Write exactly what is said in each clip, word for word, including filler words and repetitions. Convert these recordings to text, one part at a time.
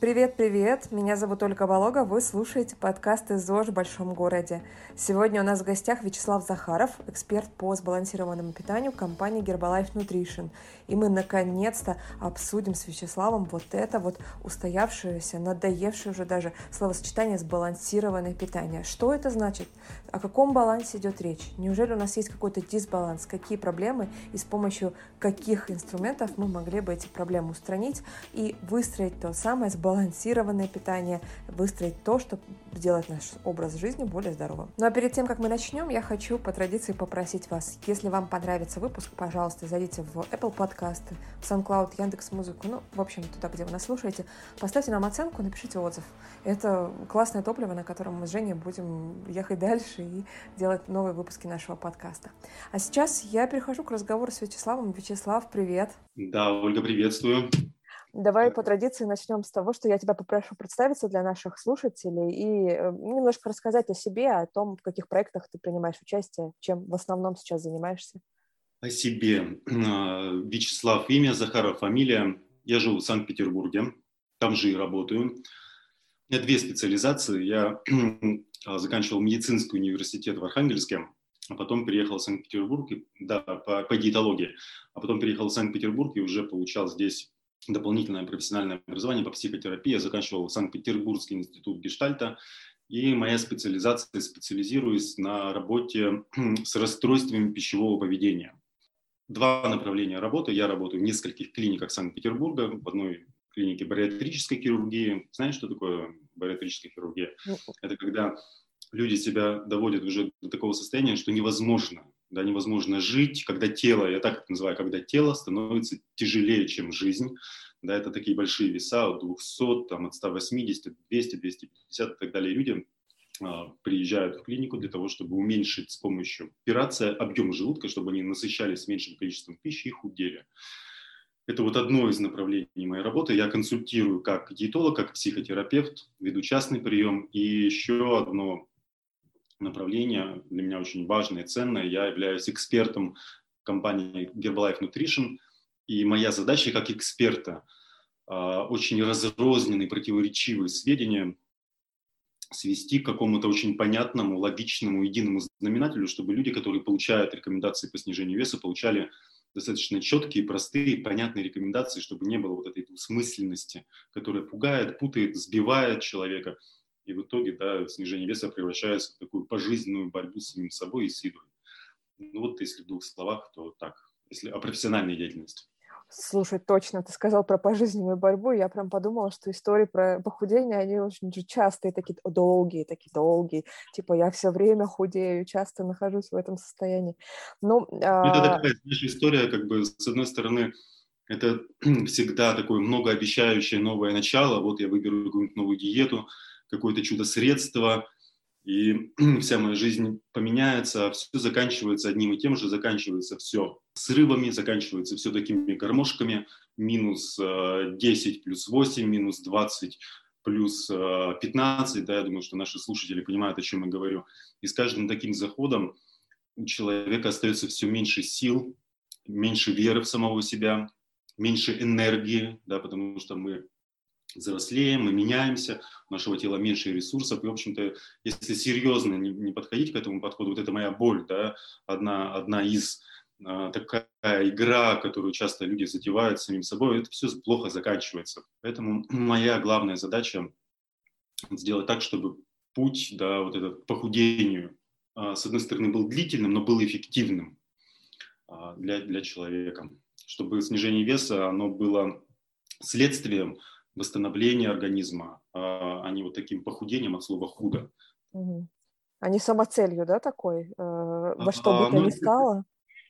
Привет-привет, меня зовут Ольга Волога, вы слушаете подкаст из ЗОЖ в большом городе. Сегодня у нас в гостях Вячеслав Захаров, эксперт по сбалансированному питанию компании Herbalife Nutrition. И мы наконец-то обсудим с Вячеславом вот это вот устоявшееся, надоевшее уже даже словосочетание «сбалансированное питание». Что это значит? О каком балансе идет речь? Неужели у нас есть какой-то дисбаланс? Какие проблемы и с помощью каких инструментов мы могли бы эти проблемы устранить и выстроить то самое сбалансированное балансированное питание, выстроить то, чтобы сделать наш образ жизни более здоровым. Ну а перед тем, как мы начнем, я хочу по традиции попросить вас, если вам понравится выпуск, пожалуйста, зайдите в Apple подкасты, в SoundCloud, Яндекс.Музыку, ну, в общем, туда, где вы нас слушаете, поставьте нам оценку, напишите отзыв. Это классное топливо, на котором мы с Женей будем ехать дальше и делать новые выпуски нашего подкаста. А сейчас я перехожу к разговору с Вячеславом. Вячеслав, привет. Да, Ольга, приветствую. Давай по традиции начнем с того, что я тебя попрошу представиться для наших слушателей и немножко рассказать о себе, о том, в каких проектах ты принимаешь участие, чем в основном сейчас занимаешься. О себе. Вячеслав имя, Захаров фамилия. Я живу в Санкт-Петербурге, там же и работаю. У меня две специализации. Я заканчивал медицинский университет в Архангельске, а потом переехал в Санкт-Петербург, да, по, по диетологии, а потом переехал в Санкт-Петербург и уже получал здесь дополнительное профессиональное образование по психотерапии. Я заканчивал Санкт-Петербургский институт гештальта. И моя специализация, специализируюсь на работе с расстройствами пищевого поведения. Два направления работы. Я работаю в нескольких клиниках Санкт-Петербурга. В одной клинике бариатрической хирургии. Знаешь, что такое бариатрическая хирургия? Это когда люди себя доводят уже до такого состояния, что невозможно. Да, невозможно жить, когда тело, я так это называю, когда тело становится тяжелее, чем жизнь. Да, это такие большие веса от двухсот, там, от ста восьмидесяти, двухсот, двухсот пятидесяти и так далее. Люди а, приезжают в клинику для того, чтобы уменьшить с помощью операции объем желудка, чтобы они насыщались меньшим количеством пищи и худели. Это вот одно из направлений моей работы. Я консультирую как диетолог, как психотерапевт, веду частный прием. И еще одно направление для меня очень важное и ценное. Я являюсь экспертом компании Herbalife Nutrition, и моя задача как эксперта очень разрозненные, противоречивые сведения свести к какому-то очень понятному, логичному, единому знаменателю, чтобы люди, которые получают рекомендации по снижению веса, получали достаточно четкие, простые, понятные рекомендации, чтобы не было вот этой двусмысленности, которая пугает, путает, сбивает человека. И в итоге, да, снижение веса превращается в такую пожизненную борьбу с самим собой и с едой. Ну вот если в двух словах, то так, если о профессиональной деятельности. Слушай, точно, ты сказал про пожизненную борьбу, я прям подумала, что истории про похудение, они очень частые, такие долгие, такие долгие, типа я все время худею, часто нахожусь в этом состоянии. Ну, это а... такая, знаешь, история, как бы, с одной стороны, это всегда такое многообещающее новое начало, вот я выберу какую-нибудь новую диету, какое-то чудо-средство, и вся моя жизнь поменяется, а все заканчивается одним и тем же, заканчивается все срывами, заканчивается все такими гармошками, минус десять плюс восемь, минус двадцать плюс пятнадцать, да, я думаю, что наши слушатели понимают, о чем я говорю. И с каждым таким заходом у человека остается все меньше сил, меньше веры в самого себя, меньше энергии, да, потому что мы взрослеем, мы меняемся, у нашего тела меньше ресурсов. И, в общем-то, если серьезно не, не подходить к этому подходу, вот это моя боль, да, одна, одна из а, такая игра, которую часто люди затевают с самим собой, это все плохо заканчивается. Поэтому моя главная задача сделать так, чтобы путь, да, вот этот к похудению, а, с одной стороны, был длительным, но был эффективным а, для, для человека. Чтобы снижение веса, оно было следствием восстановления организма, а не вот таким похудением от слова «худо». Угу. А не самоцелью, да, такой? Э, во что бы А, то ну, ни стало?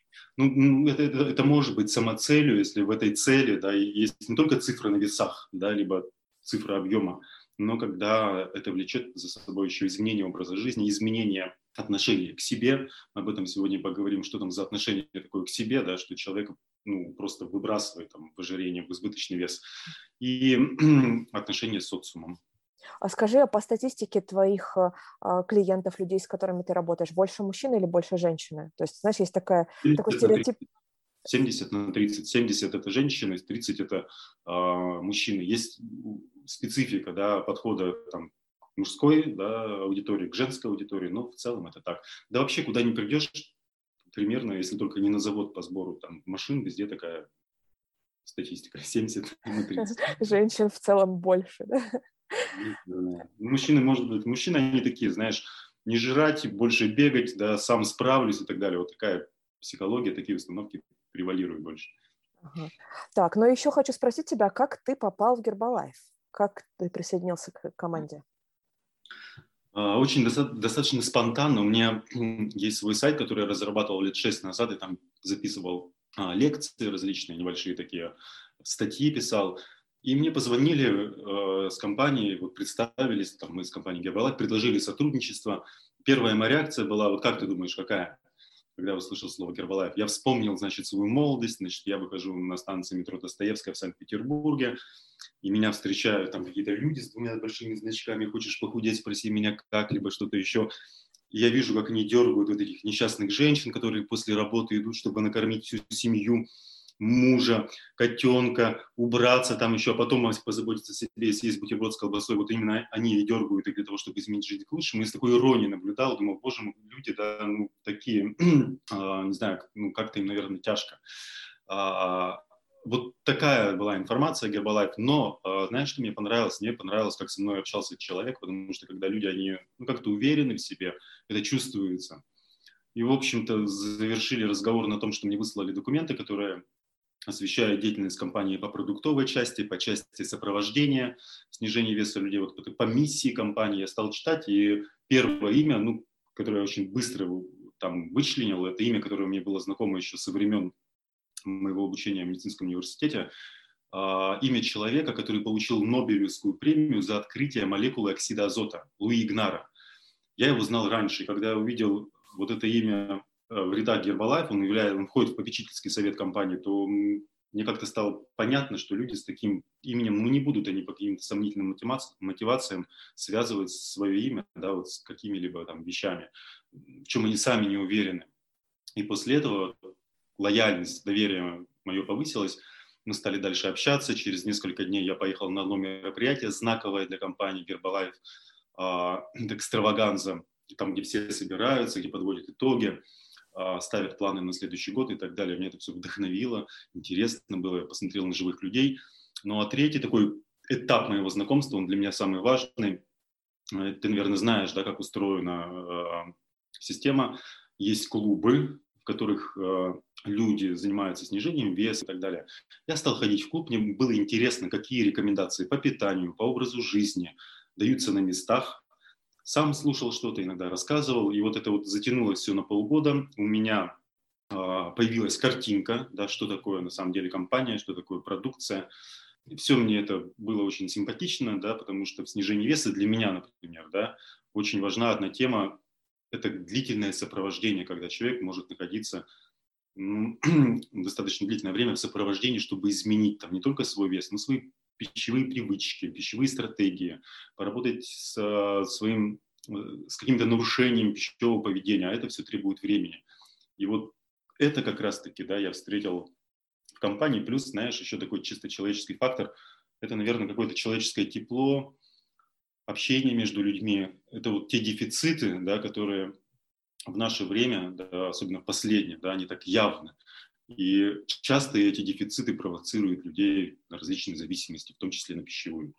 ну, это, это, это может быть самоцелью, если в этой цели, да, есть не только цифры на весах, да, либо цифра объема, но когда это влечет за собой еще изменение образа жизни, изменение отношения к себе. Мы об этом сегодня поговорим, что там за отношение такое к себе, да, что человек, ну, просто выбрасывает там, в ожирение, в избыточный вес, и отношения с социумом. А скажи, а по статистике твоих а, клиентов, людей, с которыми ты работаешь, больше мужчин или больше женщины? То есть, знаешь, есть такая, такой стереотип. семьдесят на тридцать. семьдесят это женщины, тридцать это э, мужчины. Есть специфика, да, подхода там, к мужской, да, аудитории, к женской аудитории, но в целом это так. Да вообще, куда ни придешь, примерно, если только не на завод по сбору там, машин, везде такая статистика, семьдесят на тридцать. Женщин в целом больше, да? Мужчины, может быть, мужчины, они такие, знаешь, не жрать, больше бегать, да, сам справлюсь и так далее. Вот такая психология, такие установки превалируют больше. Ага. Так, но еще хочу спросить тебя, как ты попал в Гербалайф? Как ты присоединился к команде? Очень доста- достаточно спонтанно. У меня есть свой сайт, который я разрабатывал лет шесть назад, и там записывал а, лекции различные, небольшие такие, статьи писал. И мне позвонили э, с компанией, вот представились, там, мы с компанией Гербалайф, предложили сотрудничество. Первая моя реакция была, вот как ты думаешь, какая? Когда услышал слово Гербалайф. Я вспомнил, значит, свою молодость, значит, я выхожу на станции метро Достоевская в Санкт-Петербурге, и меня встречают там какие-то люди с двумя большими значками, хочешь похудеть, спроси меня как, либо что-то еще. И я вижу, как они дергают вот этих несчастных женщин, которые после работы идут, чтобы накормить всю семью, мужа, котенка, убраться там еще, а потом позаботиться о себе, съесть бутерброд с колбасой. Вот именно они и дергают их для того, чтобы изменить жизнь к лучшему. И с такой иронией наблюдал, думал, боже мой, люди, да, ну, такие, а, не знаю, ну, как-то им, наверное, тяжко. А, вот такая была информация о Гербалайф. Но, а, знаешь, что мне понравилось? Мне понравилось, как со мной общался человек, потому что когда люди, они ну, как-то уверены в себе, это чувствуется. И, в общем-то, завершили разговор на том, что мне выслали документы, которые освещаю деятельность компании по продуктовой части, по части сопровождения, снижения веса людей. Вот по миссии компании я стал читать, и первое имя, ну, которое я очень быстро там вычленил, это имя, которое мне было знакомо еще со времен моего обучения в медицинском университете, а, имя человека, который получил Нобелевскую премию за открытие молекулы оксида азота, Луи Игнара. Я его знал раньше, и когда я увидел вот это имя в рядах Гербалайф, он, является, он входит в попечительский совет компании, то мне как-то стало понятно, что люди с таким именем, ну не будут они по каким-то сомнительным мотивациям связывать свое имя, да, вот с какими-либо там вещами, в чем они сами не уверены. И после этого лояльность, доверие мое повысилось, мы стали дальше общаться, через несколько дней я поехал на одно мероприятие, знаковое для компании Гербалайф, экстраваганза, там, где все собираются, где подводят итоги, ставят планы на следующий год и так далее. Меня это все вдохновило, интересно было, я посмотрел на живых людей. Ну а третий такой этап моего знакомства, он для меня самый важный. Ты, наверное, знаешь, да, как устроена система. Есть клубы, в которых люди занимаются снижением веса и так далее. Я стал ходить в клуб, мне было интересно, какие рекомендации по питанию, по образу жизни даются на местах. Сам слушал что-то, иногда рассказывал, и вот это вот затянулось все на полгода. У меня э, появилась картинка, да, что такое на самом деле компания, что такое продукция. И все мне это было очень симпатично, да, потому что в снижении веса для меня, например, да, очень важна одна тема – это длительное сопровождение, когда человек может находиться ну, достаточно длительное время в сопровождении, чтобы изменить там не только свой вес, но свои пищевые привычки, пищевые стратегии, поработать с своим, с каким-то нарушением пищевого поведения, а это все требует времени. И вот это как раз-таки, да, я встретил в компании, плюс, знаешь, еще такой чисто человеческий фактор, это, наверное, какое-то человеческое тепло, общение между людьми, это вот те дефициты, да, которые в наше время, да, особенно в последнее, да, они так явны. И часто эти дефициты провоцируют людей на различные зависимости, в том числе на пищевую.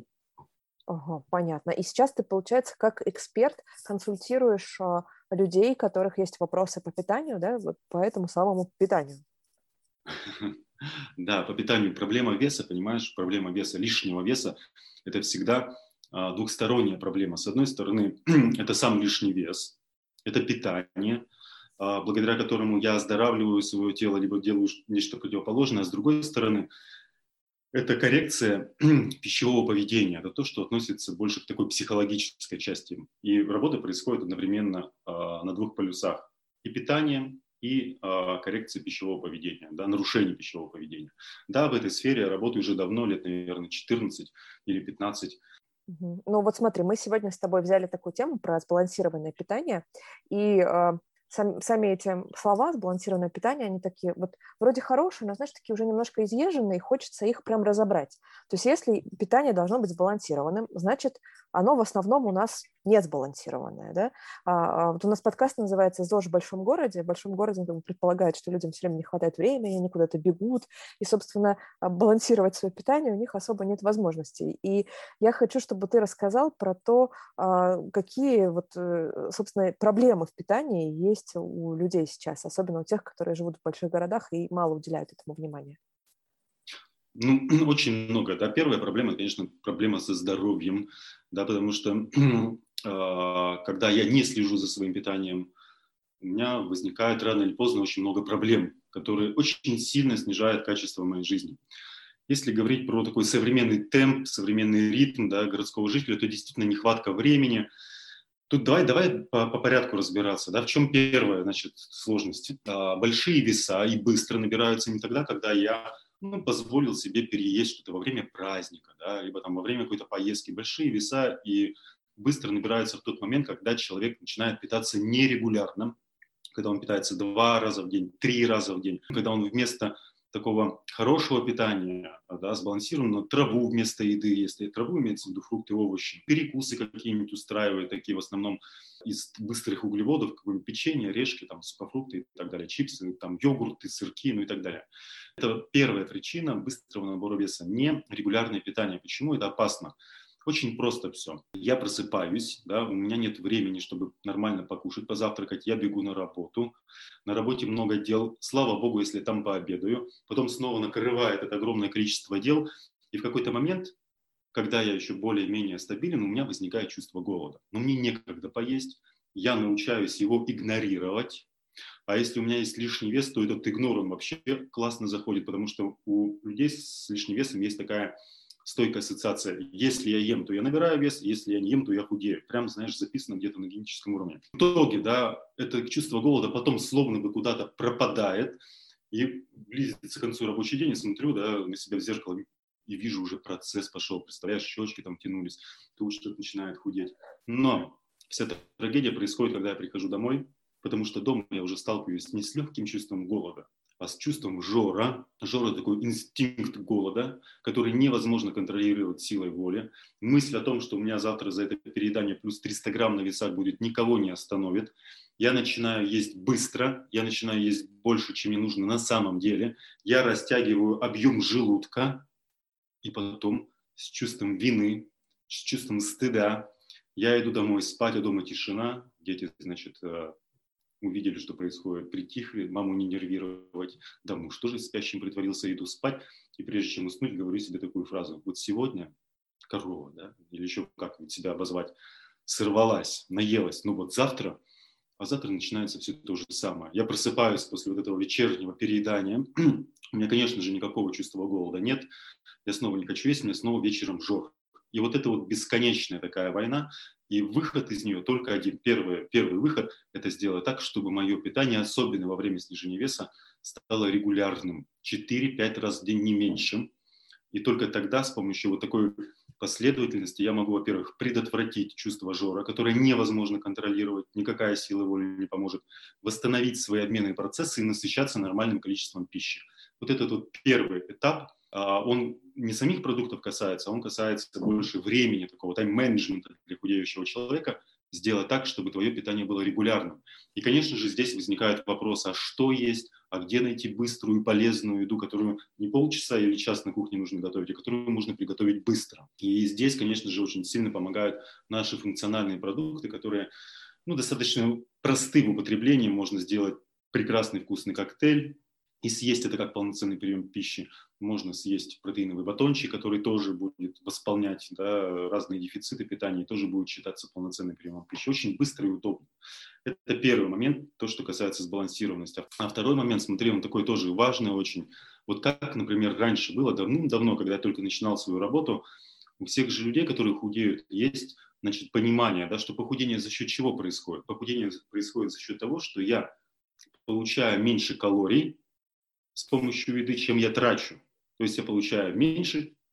Ага, понятно. И сейчас ты, получается, как эксперт консультируешь а, людей, у которых есть вопросы по питанию, да, вот по этому самому питанию. Да, по питанию проблема веса, понимаешь, проблема веса, лишнего веса, это всегда а, двухсторонняя проблема. С одной стороны, это сам лишний вес, это питание, а, благодаря которому я оздоравливаю свое тело, либо делаю нечто противоположное, а с другой стороны, это коррекция пищевого поведения, это то, что относится больше к такой психологической части. И работа происходит одновременно а, на двух полюсах. И питание, и а, коррекция пищевого поведения, да, нарушение пищевого поведения. Да, в этой сфере я работаю уже давно, лет, наверное, четырнадцать или пятнадцать. Ну вот смотри, мы сегодня с тобой взяли такую тему про сбалансированное питание, и э, сам, сами эти слова, сбалансированное питание, они такие вот вроде хорошие, но, знаешь, такие уже немножко изъезженные, и хочется их прям разобрать. То есть если питание должно быть сбалансированным, значит, оно в основном у нас не сбалансированное. Да? А, а вот у нас подкаст называется «ЗОЖ в большом городе». В большом городе как бы, предполагает, что людям все время не хватает времени, они куда-то бегут, и, собственно, балансировать свое питание у них особо нет возможностей. И я хочу, чтобы ты рассказал про то, какие вот, собственно, проблемы в питании есть у людей сейчас, особенно у тех, которые живут в больших городах и мало уделяют этому внимания. Ну, очень много. Да. Первая проблема, конечно, проблема со здоровьем, да, потому что когда я не слежу за своим питанием, у меня возникает рано или поздно очень много проблем, которые очень сильно снижают качество моей жизни. Если говорить про такой современный темп, современный ритм, да, городского жителя, то действительно нехватка времени. Тут давай, давай по, по порядку разбираться. Да. В чем первая, значит, сложность? А, большие веса и быстро набираются не тогда, когда я ну, позволил себе переесть что-то во время праздника, да, либо там во время какой-то поездки. Большие веса и быстро набираются в тот момент, когда человек начинает питаться нерегулярно, когда он питается два раза в день, три раза в день, когда он вместо такого хорошего питания, да, сбалансированного, траву вместо еды, если траву имеется в виду фрукты, овощи, перекусы какие-нибудь устраивает, такие в основном из быстрых углеводов, какое-нибудь печенье, орешки, там, сухофрукты и так далее, чипсы, там, йогурты, сырки, ну и так далее. Это первая причина быстрого набора веса, не регулярное питание. Почему это опасно? Очень просто все. Я просыпаюсь, да, у меня нет времени, чтобы нормально покушать, позавтракать, я бегу на работу. На работе много дел, слава богу, если я там пообедаю. Потом снова накрывает это огромное количество дел. И в какой-то момент, когда я еще более-менее стабилен, у меня возникает чувство голода. Но мне некогда поесть, я научаюсь его игнорировать. А если у меня есть лишний вес, то этот игнор, он вообще классно заходит, потому что у людей с лишним весом есть такая стойкая ассоциация. Если я ем, то я набираю вес, если я не ем, то я худею. Прям, знаешь, записано где-то на генетическом уровне. В итоге, да, это чувство голода потом словно бы куда-то пропадает, и близится к концу рабочий день, я смотрю, да, на себя в зеркало и вижу, уже процесс пошел. Представляешь, щечки там тянулись, тут что-то начинает худеть. Но вся эта трагедия происходит, когда я прихожу домой, потому что дома я уже сталкиваюсь не с легким чувством голода, а с чувством жора. Жора – такой инстинкт голода, который невозможно контролировать силой воли. Мысль о том, что у меня завтра за это переедание плюс триста грамм на весах будет, никого не остановит. Я начинаю есть быстро, я начинаю есть больше, чем мне нужно на самом деле. Я растягиваю объем желудка, и потом с чувством вины, с чувством стыда я иду домой спать, а дома тишина. Дети, значит, увидели, что происходит, притихли, маму не нервировать, да муж тоже спящим притворился, иду спать, и прежде чем уснуть, говорю себе такую фразу: вот сегодня корова, да, или еще как-нибудь себя обозвать, сорвалась, наелась, ну вот завтра, а завтра начинается все то же самое. Я просыпаюсь после вот этого вечернего переедания, у меня, конечно же, никакого чувства голода нет, я снова не хочу есть, у меня снова вечером жор. И вот это вот бесконечная такая война, и выход из нее только один. Первый, первый выход – это сделать так, чтобы мое питание, особенно во время снижения веса, стало регулярным. четыре-пять раз в день, не меньше. И только тогда с помощью вот такой последовательности я могу, во-первых, предотвратить чувство жора, которое невозможно контролировать, никакая сила воли не поможет, восстановить свои обменные процессы и насыщаться нормальным количеством пищи. Вот этот вот первый этап, он не самих продуктов касается, он касается больше времени, такого тайм-менеджмента для худеющего человека, сделать так, чтобы твое питание было регулярным. И, конечно же, здесь возникает вопрос, а что есть, а где найти быструю и полезную еду, которую не полчаса или час на кухне нужно готовить, а которую можно приготовить быстро. И здесь, конечно же, очень сильно помогают наши функциональные продукты, которые ну, достаточно просты в употреблении. Можно сделать прекрасный вкусный коктейль и съесть это как полноценный прием пищи. Можно съесть протеиновый батончик, который тоже будет восполнять, да, разные дефициты питания, и тоже будет считаться полноценным приемом пищи. Очень быстро и удобно. Это первый момент, то, что касается сбалансированности. А второй момент, смотри, он такой тоже важный очень. Вот как, например, раньше было давным-давно, когда я только начинал свою работу, у всех же людей, которые худеют, есть, значит, понимание, да, что похудение за счет чего происходит? Похудение происходит за счет того, что я получаю меньше калорий с помощью еды, чем я трачу. То есть я получаю меньше,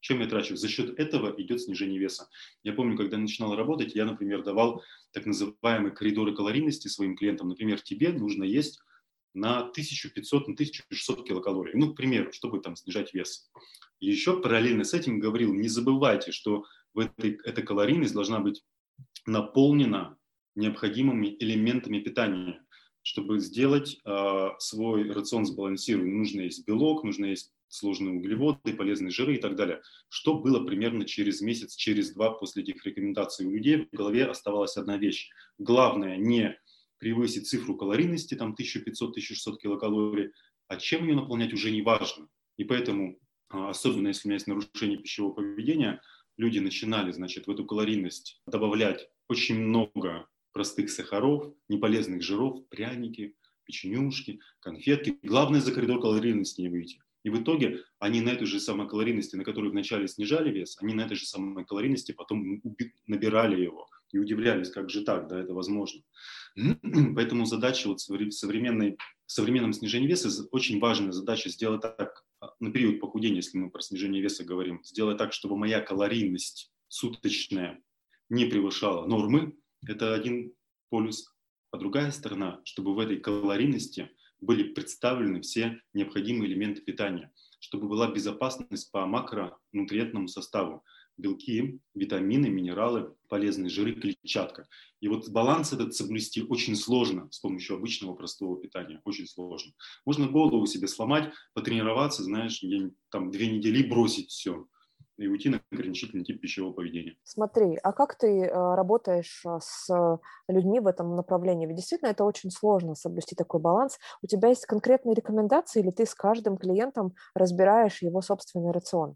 Чем я трачу? За счет этого идет снижение веса. Я помню, когда я начинал работать, я, например, давал так называемые коридоры калорийности своим клиентам. Например, тебе нужно есть на тысячу пятьсот, на тысячу шестьсот килокалорий. Ну, к примеру, чтобы там снижать вес. И еще параллельно с этим говорил, не забывайте, что в этой, эта калорийность должна быть наполнена необходимыми элементами питания. Чтобы сделать э, свой рацион сбалансированным, нужно есть белок, нужно есть сложные углеводы, полезные жиры и так далее. Что было примерно через месяц, через два после этих рекомендаций у людей, в голове оставалась одна вещь. Главное не превысить цифру калорийности, там тысяча пятьсот - тысяча шестьсот килокалорий, а чем ее наполнять уже не важно. И поэтому, особенно если у меня есть нарушение пищевого поведения, люди начинали, значит, в эту калорийность добавлять очень много простых сахаров, неполезных жиров, пряники, печенюшки, конфетки. Главное, за коридор калорийности не выйти. И в итоге они на этой же самой калорийности, на которой вначале снижали вес, они на этой же самой калорийности потом набирали его. И удивлялись, как же так, да, это возможно. Поэтому задача вот в современной, современном снижении веса, очень важная задача сделать так, на период похудения, если мы про снижение веса говорим, сделать так, чтобы моя калорийность суточная не превышала нормы. Это один полюс. А другая сторона, чтобы в этой калорийности были представлены все необходимые элементы питания, чтобы была безопасность по макронутриентному составу. Белки, витамины, минералы, полезные жиры, клетчатка. И вот баланс этот соблюсти очень сложно с помощью обычного простого питания. Очень сложно. Можно голову себе сломать, потренироваться, знаешь, там две недели бросить все и уйти на ограничительный тип пищевого поведения. Смотри, а как ты э, работаешь с людьми в этом направлении? Ведь действительно это очень сложно соблюсти такой баланс. У тебя есть конкретные рекомендации или ты с каждым клиентом разбираешь его собственный рацион?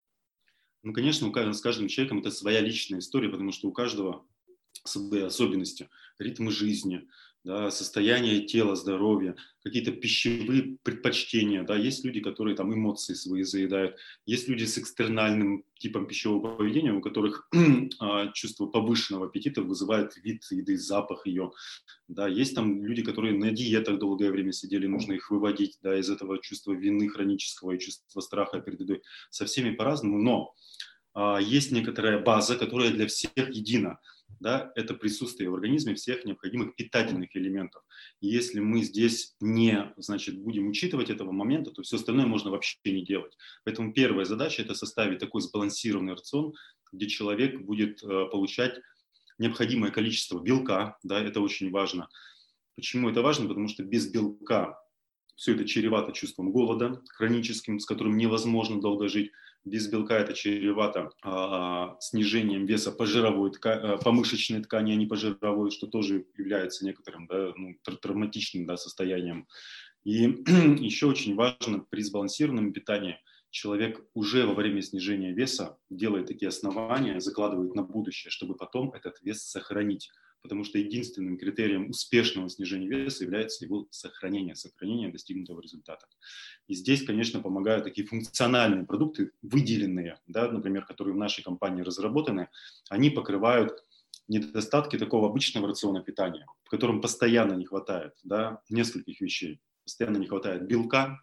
Ну, конечно, с каждым человеком это своя личная история, потому что у каждого свои особенности, ритмы жизни, да, состояние тела, здоровья, какие-то пищевые предпочтения. Да. Есть люди, которые там эмоции свои заедают, есть люди с экстернальным типом пищевого поведения, у которых чувство повышенного аппетита вызывает вид еды, запах ее. Да. Есть там люди, которые на диетах долгое время сидели, нужно их выводить, да, из этого чувства вины хронического и чувства страха перед едой. Со всеми по-разному, но а, есть некоторая база, которая для всех едина. Да, это присутствие в организме всех необходимых питательных элементов. И если мы здесь не, значит, будем учитывать этого момента, то все остальное можно вообще не делать. Поэтому первая задача – это составить такой сбалансированный рацион, где человек будет э, получать необходимое количество белка, да, это очень важно. Почему это важно? Потому что без белка все это чревато чувством голода хроническим, с которым невозможно долго жить. Без белка это чревато а, снижением веса по жировой ткани, по мышечной ткани, а не по жировой, что тоже является некоторым, да, ну, травматичным, да, состоянием. И еще очень важно при сбалансированном питании человек уже во время снижения веса делает такие основания, закладывает на будущее, чтобы потом этот вес сохранить. Потому что единственным критерием успешного снижения веса является его сохранение, сохранение достигнутого результата. И здесь, конечно, помогают такие функциональные продукты, выделенные, да, например, которые в нашей компании разработаны, они покрывают недостатки такого обычного рациона питания, в котором постоянно не хватает, да, нескольких вещей. Постоянно не хватает белка,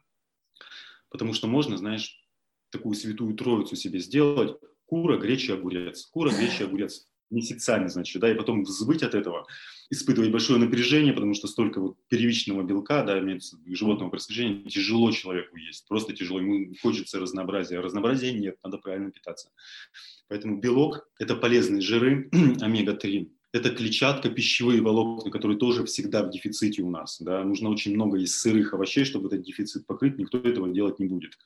потому что можно, знаешь, такую святую троицу себе сделать: кура, греча, огурец, кура, греча, огурец. Месяцами, значит, да, и потом взвыть от этого, испытывать большое напряжение, потому что столько вот первичного белка, да, животного происхождения, тяжело человеку есть, просто тяжело, ему хочется разнообразия, а разнообразия нет, надо правильно питаться. Поэтому белок – это полезные жиры, омега три, это клетчатка, пищевые волокна, которые тоже всегда в дефиците у нас, да, нужно очень много из сырых овощей, чтобы этот дефицит покрыть, никто этого делать не будет.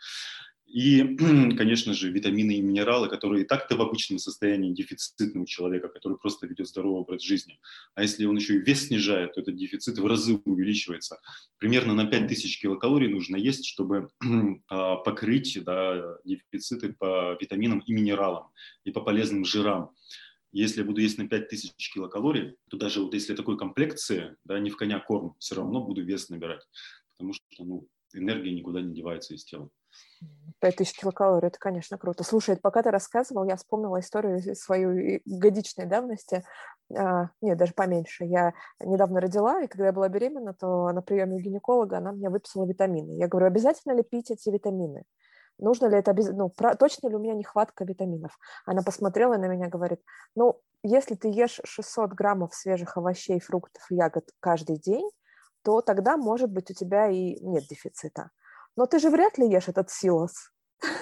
И, конечно же, витамины и минералы, которые и так-то в обычном состоянии дефицитны у человека, который просто ведет здоровый образ жизни. А если он еще и вес снижает, то этот дефицит в разы увеличивается. Примерно на пять тысяч килокалорий нужно есть, чтобы покрыть, да, дефициты по витаминам и минералам, и по полезным жирам. Если я буду есть на пять тысяч килокалорий, то даже вот если такой комплекции, да, не в коня корм, все равно буду вес набирать, потому что, ну, энергия никуда не девается из тела. пять тысяч килокалорий, это, конечно, круто. Слушай, пока ты рассказывал, я вспомнила историю свою годичной давности. А, нет, даже поменьше. Я недавно родила, и когда я была беременна, то на приеме у гинеколога она мне выписала витамины. Я говорю, обязательно ли пить эти витамины? нужно ли это, обяз- ну, про- точно ли у меня нехватка витаминов. Она посмотрела на меня, говорит, ну, если ты ешь шестьсот граммов свежих овощей, фруктов и ягод каждый день, то тогда, может быть, у тебя и нет дефицита. Но ты же вряд ли ешь этот силос.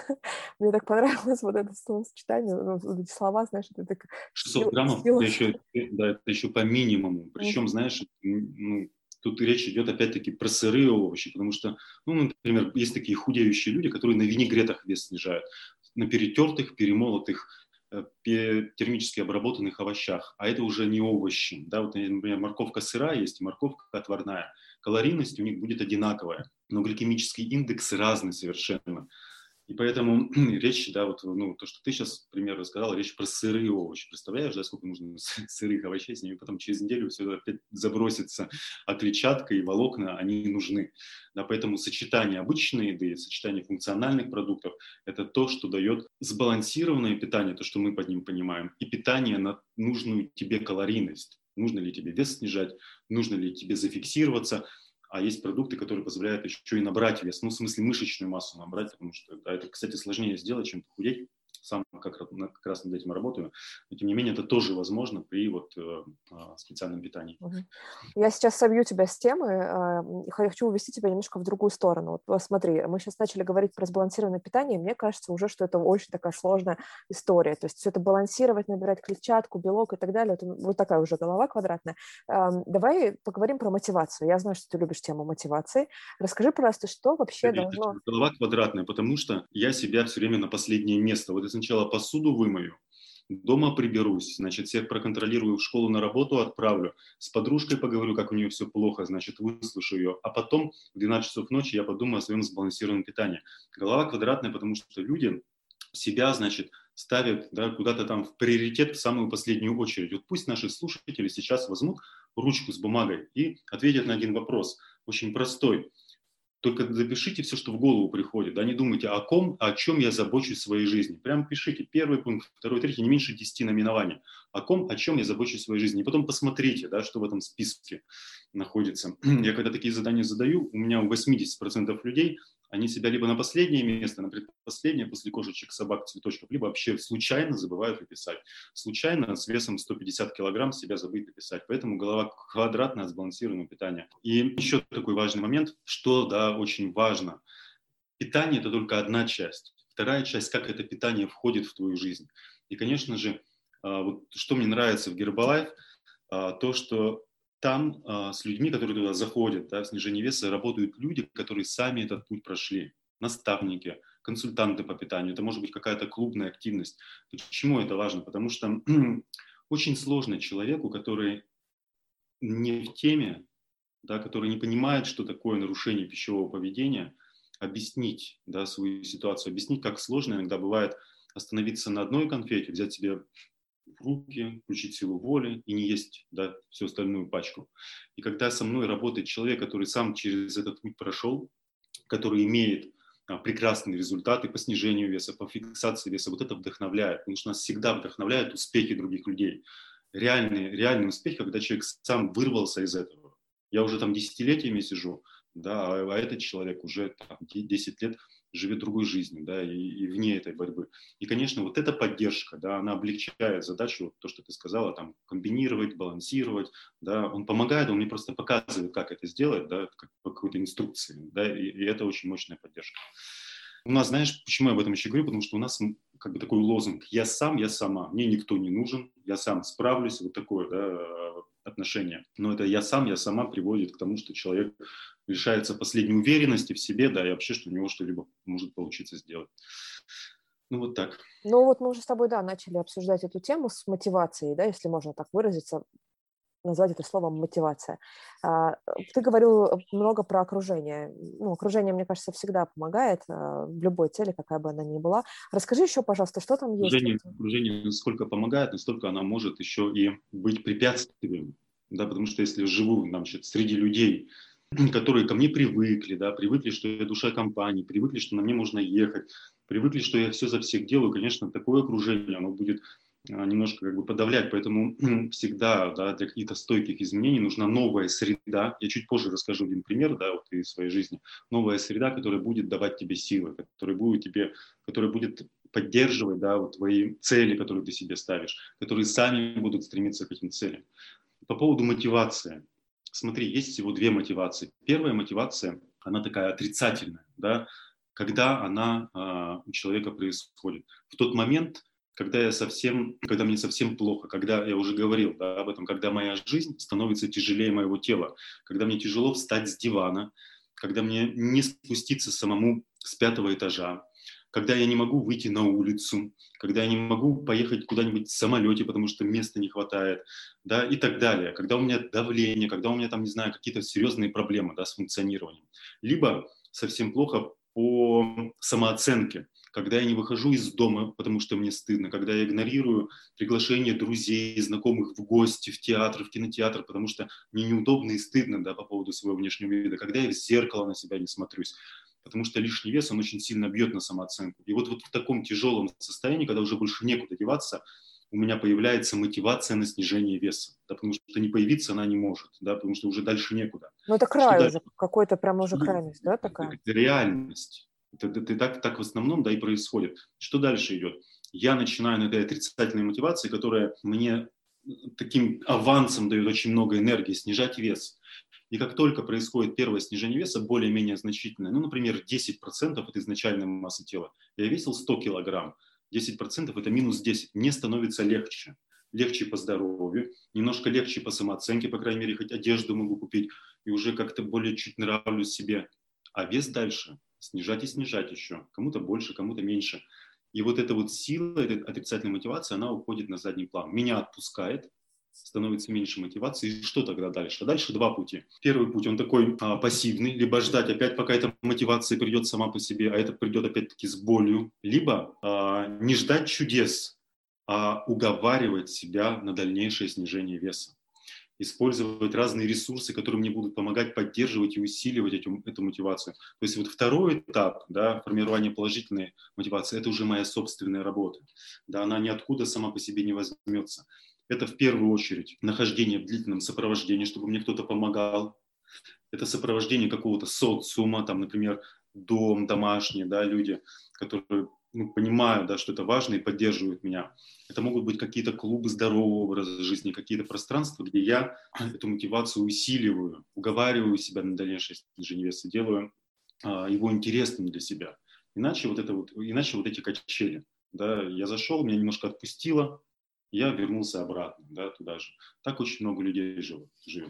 Мне так понравилось вот это словосочетание, ну, вот эти слова, знаешь, это так шестьсот граммов, это силос. еще, да, это еще по минимуму. Причем, Мгм. знаешь, ну, тут речь идет опять-таки про сырые овощи, потому что, ну, например, есть такие худеющие люди, которые на винегретах вес снижают, на перетертых, перемолотых, э, пе- термически обработанных овощах, а это уже не овощи. Да, вот, например, морковка сырая есть и морковка отварная. Калорийность у них будет одинаковая, но гликемический индекс разный совершенно. И поэтому речь, да, вот, ну, то, что ты сейчас, пример рассказал, речь про сырые овощи. Представляешь, да, сколько нужно сырых овощей, с ними потом через неделю все опять забросится, а клетчатка и волокна, они не нужны. Да, поэтому сочетание обычной еды, сочетание функциональных продуктов – это то, что дает сбалансированное питание, то, что мы под ним понимаем, и питание на нужную тебе калорийность. Нужно ли тебе вес снижать, нужно ли тебе зафиксироваться, а есть продукты, которые позволяют еще и набрать вес, ну, в смысле, мышечную массу набрать, потому что да, это, кстати, сложнее сделать, чем похудеть. Сам как, как раз над этим работаю. Но, тем не менее, это тоже возможно при вот, э, специальном питании. Мгм. Я сейчас собью тебя с темы, а, и хочу увести тебя немножко в другую сторону. Вот посмотри, мы сейчас начали говорить про сбалансированное питание, и мне кажется уже, что это очень такая сложная история. То есть все это балансировать, набирать клетчатку, белок и так далее, это вот такая уже голова квадратная. Ам, Давай поговорим про мотивацию. Я знаю, что ты любишь тему мотивации. Расскажи, пожалуйста, что вообще Конечно, должно... голова квадратная, потому что я себя все время на последнее место. Вот я сначала посуду вымою, дома приберусь, значит, всех проконтролирую, в школу на работу отправлю, с подружкой поговорю, как у нее все плохо, значит, выслушаю ее, а потом в двенадцать часов ночи я подумаю о своем сбалансированном питании. Голова квадратная, потому что люди себя, значит, ставят, да, куда-то там в приоритет, в самую последнюю очередь. Вот пусть наши слушатели сейчас возьмут ручку с бумагой и ответят на один вопрос, очень простой. Только запишите все, что в голову приходит. Да, не думайте о ком, о чем я забочусь в своей жизни. Прям пишите первый пункт, второй, третий, не меньше десяти наименований. О ком, о чем я забочусь в своей жизни. И потом посмотрите, да, что в этом списке находится. Я когда такие задания задаю, у меня у восемьдесят процентов людей, они себя либо на последнее место, на предпоследнее, после кошечек, собак, цветочков, либо вообще случайно забывают написать. Случайно с весом сто пятьдесят килограмм себя забыть написать. Поэтому голова квадратная, сбалансированное питание. И еще такой важный момент, что, да, очень важно. Питание – это только одна часть. Вторая часть – как это питание входит в твою жизнь. И, конечно же, вот что мне нравится в Herbalife, то, что там а, с людьми, которые туда заходят, да, в снижение веса, работают люди, которые сами этот путь прошли. Наставники, консультанты по питанию. Это может быть какая-то клубная активность. Почему это важно? Потому что очень сложно человеку, который не в теме, да, который не понимает, что такое нарушение пищевого поведения, объяснить, да, свою ситуацию, объяснить, как сложно иногда бывает остановиться на одной конфете, взять себе в руки, включить силу воли и не есть, да, всю остальную пачку. И когда со мной работает человек, который сам через этот путь прошел, который имеет а, прекрасные результаты по снижению веса, по фиксации веса, вот это вдохновляет, потому что нас всегда вдохновляют успехи других людей. Реальный, реальный успех, когда человек сам вырвался из этого. Я уже там десятилетиями сижу, да, а, а этот человек уже там, десять лет живет другой жизнью, да, и, и вне этой борьбы. И, конечно, вот эта поддержка, да, она облегчает задачу, вот то, что ты сказала, там, комбинировать, балансировать, да, он помогает, он мне просто показывает, как это сделать, да, как по какой-то инструкции, да, и, и это очень мощная поддержка. У нас, знаешь, почему я об этом еще говорю, потому что у нас как бы такой лозунг «я сам, я сама», мне никто не нужен, я сам справлюсь, вот такое, да, отношение. Но это «я сам, я сама» приводит к тому, что человек лишается последней уверенности в себе, да, и вообще, что у него что-либо может получиться сделать. Ну, вот так. Ну вот мы уже с тобой, да, начали обсуждать эту тему с мотивацией, да, если можно так выразиться, назвать это словом мотивация. Ты говорил много про окружение. Ну, окружение, мне кажется, всегда помогает в любой цели, какая бы она ни была. Расскажи еще, пожалуйста, что там есть? Окружение, окружение насколько помогает, настолько оно может еще и быть препятствием. Да, потому что если я живу, значит, среди людей, которые ко мне привыкли, да, привыкли, что я душа компании, привыкли, что на мне можно ехать, привыкли, что я все за всех делаю, конечно, такое окружение, оно будет а, немножко как бы подавлять, поэтому всегда, да, для каких-то стойких изменений нужна новая среда. Я чуть позже расскажу один пример, да, вот из своей жизни. Новая среда, которая будет давать тебе силы, которая будет тебе, которая будет поддерживать, да, вот твои цели, которые ты себе ставишь, которые сами будут стремиться к этим целям. По поводу мотивации. Смотри, есть всего две мотивации. Первая мотивация, она такая отрицательная, да, когда она а, у человека происходит. В тот момент, когда я совсем, когда мне совсем плохо, когда я уже говорил, да, об этом, когда моя жизнь становится тяжелее моего тела, когда мне тяжело встать с дивана, когда мне не спуститься самому с пятого этажа, когда я не могу выйти на улицу, когда я не могу поехать куда-нибудь в самолете, потому что места не хватает, да, и так далее. Когда у меня давление, когда у меня там, не знаю, какие-то серьезные проблемы, да, с функционированием. Либо совсем плохо по самооценке, когда я не выхожу из дома, потому что мне стыдно, когда я игнорирую приглашение друзей, знакомых в гости, в театр, в кинотеатр, потому что мне неудобно и стыдно, да, по поводу своего внешнего вида, когда я в зеркало на себя не смотрюсь, потому что лишний вес, он очень сильно бьет на самооценку. И вот, вот в таком тяжелом состоянии, когда уже больше некуда деваться, у меня появляется мотивация на снижение веса, да, потому что не появиться она не может, да, потому что уже дальше некуда. Ну, это Что край дальше? уже, какой-то прям уже Что, крайность, да, это, такая? это реальность. Это, это, это так, так в основном, да, и происходит. Что дальше идет? Я начинаю на этой отрицательной мотивации, которая мне таким авансом дает очень много энергии, снижать вес. И как только происходит первое снижение веса, более-менее значительное, ну, например, десять процентов от изначальной массы тела, я весил сто килограмм, десять процентов это минус десять, мне становится легче. Легче по здоровью, немножко легче по самооценке, по крайней мере, хоть одежду могу купить, и уже как-то более чуть нравлюсь себе. А вес дальше снижать и снижать еще. Кому-то больше, кому-то меньше. И вот эта вот сила, эта отрицательная мотивация, она уходит на задний план. Меня отпускает, становится меньше мотивации. И что тогда дальше? А дальше два пути. Первый путь, он такой а, пассивный, либо ждать опять, пока эта мотивация придет сама по себе, а это придет опять-таки с болью. Либо а, не ждать чудес, а уговаривать себя на дальнейшее снижение веса. Использовать разные ресурсы, которые мне будут помогать поддерживать и усиливать эту, эту мотивацию. То есть вот второй этап, да, формирования положительной мотивации, это уже моя собственная работа. Да, она ниоткуда сама по себе не возьмется. Это в первую очередь нахождение в длительном сопровождении, чтобы мне кто-то помогал. Это сопровождение какого-то социума, там, например, дом, домашние, да, люди, которые ну, понимают, да, что это важно и поддерживают меня. Это могут быть какие-то клубы здорового образа жизни, какие-то пространства, где я эту мотивацию усиливаю, уговариваю себя на дальнейшее снижение веса, делаю а, его интересным для себя. Иначе вот, это вот, иначе вот эти качели. Да, я зашел, меня немножко отпустило, я вернулся обратно, да, туда же. Так очень много людей живут, живет.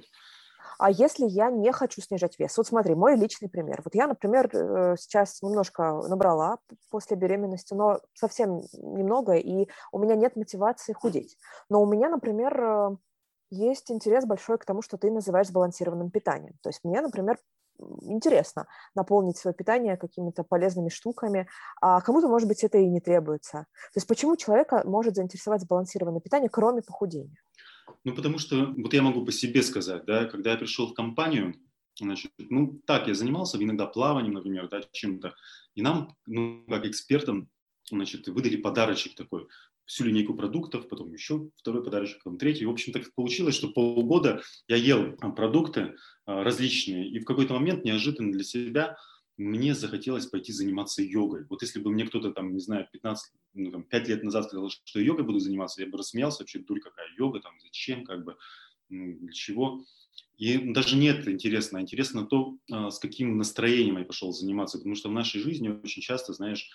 А если я не хочу снижать вес? Вот смотри, мой личный пример. Вот я, например, э, сейчас немножко набрала после беременности, но совсем немного, и у меня нет мотивации худеть. Но у меня, например, э, есть интерес большой к тому, что ты называешь сбалансированным питанием. То есть мне, например, интересно наполнить свое питание какими-то полезными штуками, а кому-то, может быть, это и не требуется. То есть почему человека может заинтересовать сбалансированное питание, кроме похудения? Ну, потому что, вот я могу по себе сказать, да, когда я пришел в компанию, значит, ну, так, я занимался иногда плаванием, например, да, чем-то, и нам, ну, как экспертам, значит, выдали подарочек такой, всю линейку продуктов, потом еще второй подарочек, потом третий. В общем, так получилось, что полгода я ел а, продукты а, различные, и в какой-то момент неожиданно для себя мне захотелось пойти заниматься йогой. Вот если бы мне кто-то там, не знаю, пятнадцать, ну, там, пять лет назад сказал, что йогой буду заниматься, я бы рассмеялся, вообще дурь какая йога, там, зачем, как бы, ну, для чего. И даже не это интересно, а интересно то, а, с каким настроением я пошел заниматься, потому что в нашей жизни очень часто, знаешь,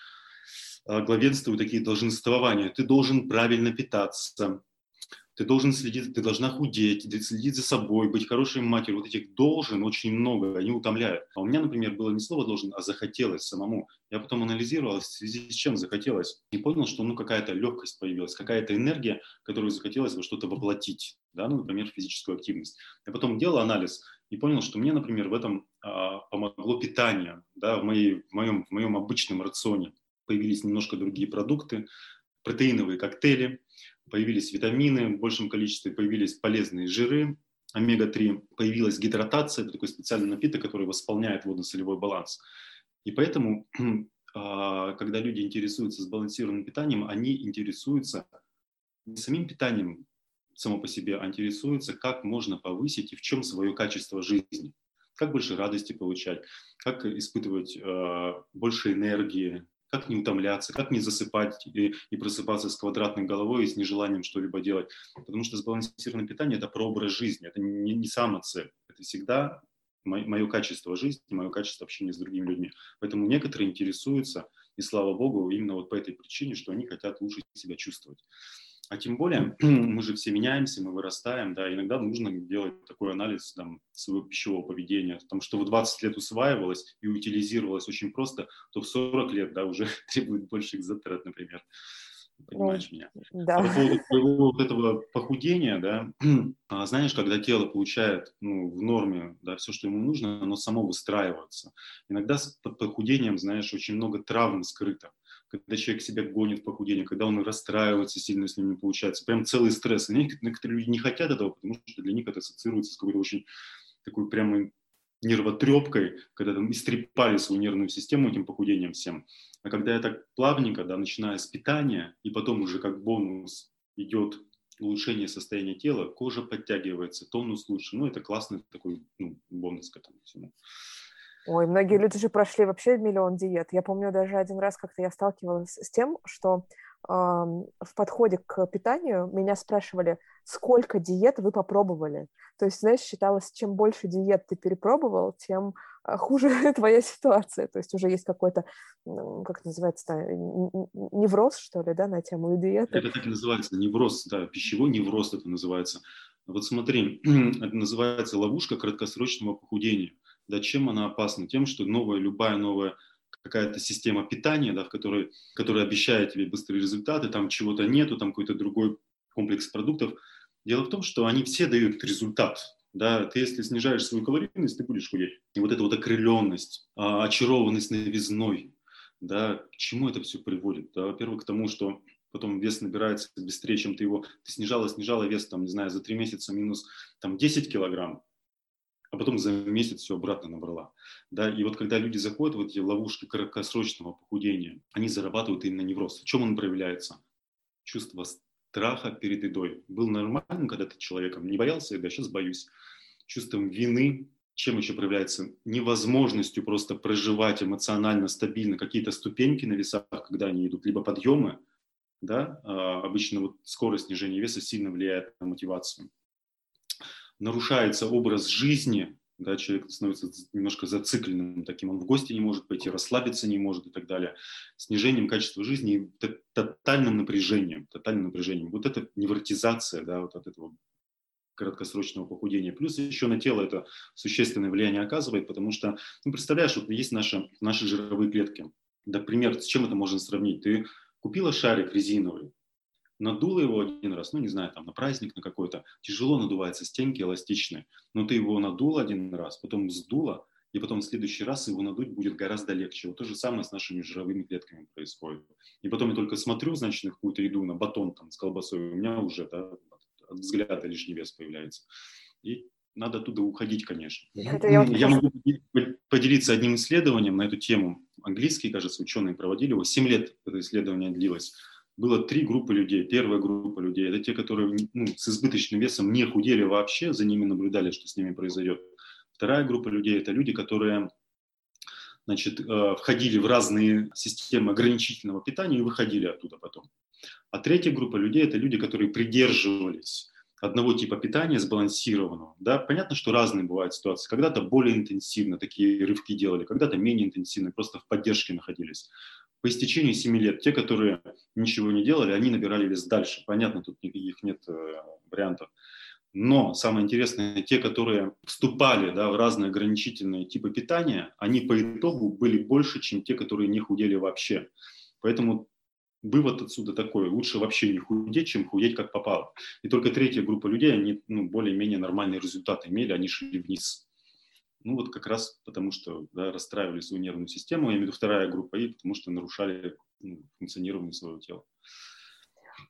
а, главенствуют такие долженствования. Ты должен правильно питаться, ты должен следить, ты должна худеть, следить за собой, быть хорошей матерью. Вот этих должен очень много, они утомляют. А у меня, например, было не слово должен, а захотелось самому. Я потом анализировал, в связи с чем захотелось. И понял, что ну, какая-то легкость появилась, какая-то энергия, которую захотелось во что-то воплотить. Да? Ну, например, физическую активность. Я потом делал анализ и понял, что мне, например, в этом а, помогло питание, да, в, моей, в, моем, в моем обычном рационе. Появились немножко другие продукты, протеиновые коктейли, появились витамины в большем количестве, появились полезные жиры, омега три, появилась гидратация, это такой специальный напиток, который восполняет водно-солевой баланс. И поэтому, когда люди интересуются сбалансированным питанием, они интересуются не самим питанием само по себе, а интересуются, как можно повысить и в чем свое качество жизни. Как больше радости получать, как испытывать э, больше энергии, как не утомляться, как не засыпать и, и просыпаться с квадратной головой и с нежеланием что-либо делать. Потому что сбалансированное питание – это про образ жизни, это не, не самоцель. Это всегда мое, мое качество жизни, мое качество общения с другими людьми. Поэтому некоторые интересуются, и слава богу, именно вот по этой причине, что они хотят лучше себя чувствовать. А тем более, мы же все меняемся, мы вырастаем, да, иногда нужно делать такой анализ там, своего пищевого поведения, потому что в двадцать лет усваивалось и утилизировалось очень просто, то в сорок лет, да, уже требует больших затрат, например. Понимаешь Ну, меня? да. А по поводу твоего вот этого похудения, да, а, знаешь, когда тело получает, ну, в норме, да, все, что ему нужно, оно само выстраивается. Иногда с под похудением, знаешь, очень много травм скрыто. Когда человек себя гонит в похудение, когда он расстраивается сильно, с ним не получается. Прям целый стресс. И некоторые, некоторые люди не хотят этого, потому что для них это ассоциируется с какой-то очень такой прямо нервотрепкой, когда там истрепали свою нервную систему этим похудением всем. А когда я так плавненько, да, начиная с питания, и потом уже как бонус идет улучшение состояния тела, кожа подтягивается, тонус лучше. Ну, это классный такой, ну, бонус к этому всему. Ой, многие люди же прошли вообще миллион диет. Я помню, даже один раз как-то я сталкивалась с тем, что э, в подходе к питанию меня спрашивали, сколько диет вы попробовали. То есть, знаешь, считалось, чем больше диет ты перепробовал, тем э, хуже твоя ситуация. То есть уже есть какой-то, ну, как это называется, невроз, что ли, да, на тему диеты. Это так и называется, невроз, да, пищевой невроз это называется. Вот смотри, это называется ловушка краткосрочного похудения. Да, чем она опасна? Тем, что новая, любая новая какая-то система питания, да, в которой, которая обещает тебе быстрые результаты, там чего-то нету, там какой-то другой комплекс продуктов. Дело в том, что они все дают результат. Да, ты если снижаешь свою калорийность, ты будешь худеть. И вот эта вот окрыленность, очарованность новизной, да, к чему это все приводит? Да, во-первых, к тому, что потом вес набирается быстрее, чем ты его, ты снижала, снижала вес, там, не знаю, за три месяца минус там, десять килограмм, а потом за месяц все обратно набрала. Да? И вот когда люди заходят в эти ловушки краткосрочного похудения, они зарабатывают именно невроз. В чем он проявляется? Чувство страха перед едой. Был нормальным когда-то человеком, не боялся еды, а сейчас боюсь. Чувством вины, чем еще проявляется? Невозможностью просто проживать эмоционально стабильно какие-то ступеньки на весах, когда они идут, либо подъемы. Да? Обычно вот скорость снижения веса сильно влияет на мотивацию. Нарушается образ жизни, да, человек становится немножко зацикленным таким, он в гости не может пойти, расслабиться не может и так далее. Снижением качества жизни и тотальным напряжением, тотальным напряжением. Вот это невротизация, да, вот от этого краткосрочного похудения. Плюс еще на тело это существенное влияние оказывает, потому что, ну, представляешь, вот есть наши, наши жировые клетки. Например, с чем это можно сравнить? Ты купила шарик резиновый, надула его один раз, ну, не знаю, там, на праздник, на какой-то, тяжело надувается, стенки эластичные, но ты его надул один раз, потом сдула, и потом в следующий раз его надуть будет гораздо легче. Вот то же самое с нашими жировыми клетками происходит. И потом я только смотрю, значит, на какую-то еду, на батон там с колбасой, у меня уже, да, от взгляда лишний вес появляется. И надо оттуда уходить, конечно. Хотя я, вот Я могу поделиться одним исследованием на эту тему. Английские, кажется, ученые проводили его. Семь лет это исследование длилось. Было три группы людей. Первая группа людей – это те, которые, ну, с избыточным весом не худели вообще, за ними наблюдали, что с ними произойдет. Вторая группа людей – это люди, которые, значит, входили в разные системы ограничительного питания и выходили оттуда потом. А третья группа людей – это люди, которые придерживались одного типа питания сбалансированного. Да? Понятно, что разные бывают ситуации. Когда-то более интенсивно такие рывки делали, когда-то менее интенсивно, просто в поддержке находились. По истечении семи лет те, которые ничего не делали, они набирали вес дальше. Понятно, тут никаких нет э, вариантов. Но самое интересное, те, которые вступали, да, в разные ограничительные типы питания, они по итогу были больше, чем те, которые не худели вообще. Поэтому вывод отсюда такой: лучше вообще не худеть, чем худеть как попало. И только третья группа людей, они, ну, более-менее нормальные результаты имели, они шли вниз. Ну вот как раз потому, что, да, расстраивали свою нервную систему, я имею в виду вторая группа, и потому что нарушали, ну, функционирование своего тела.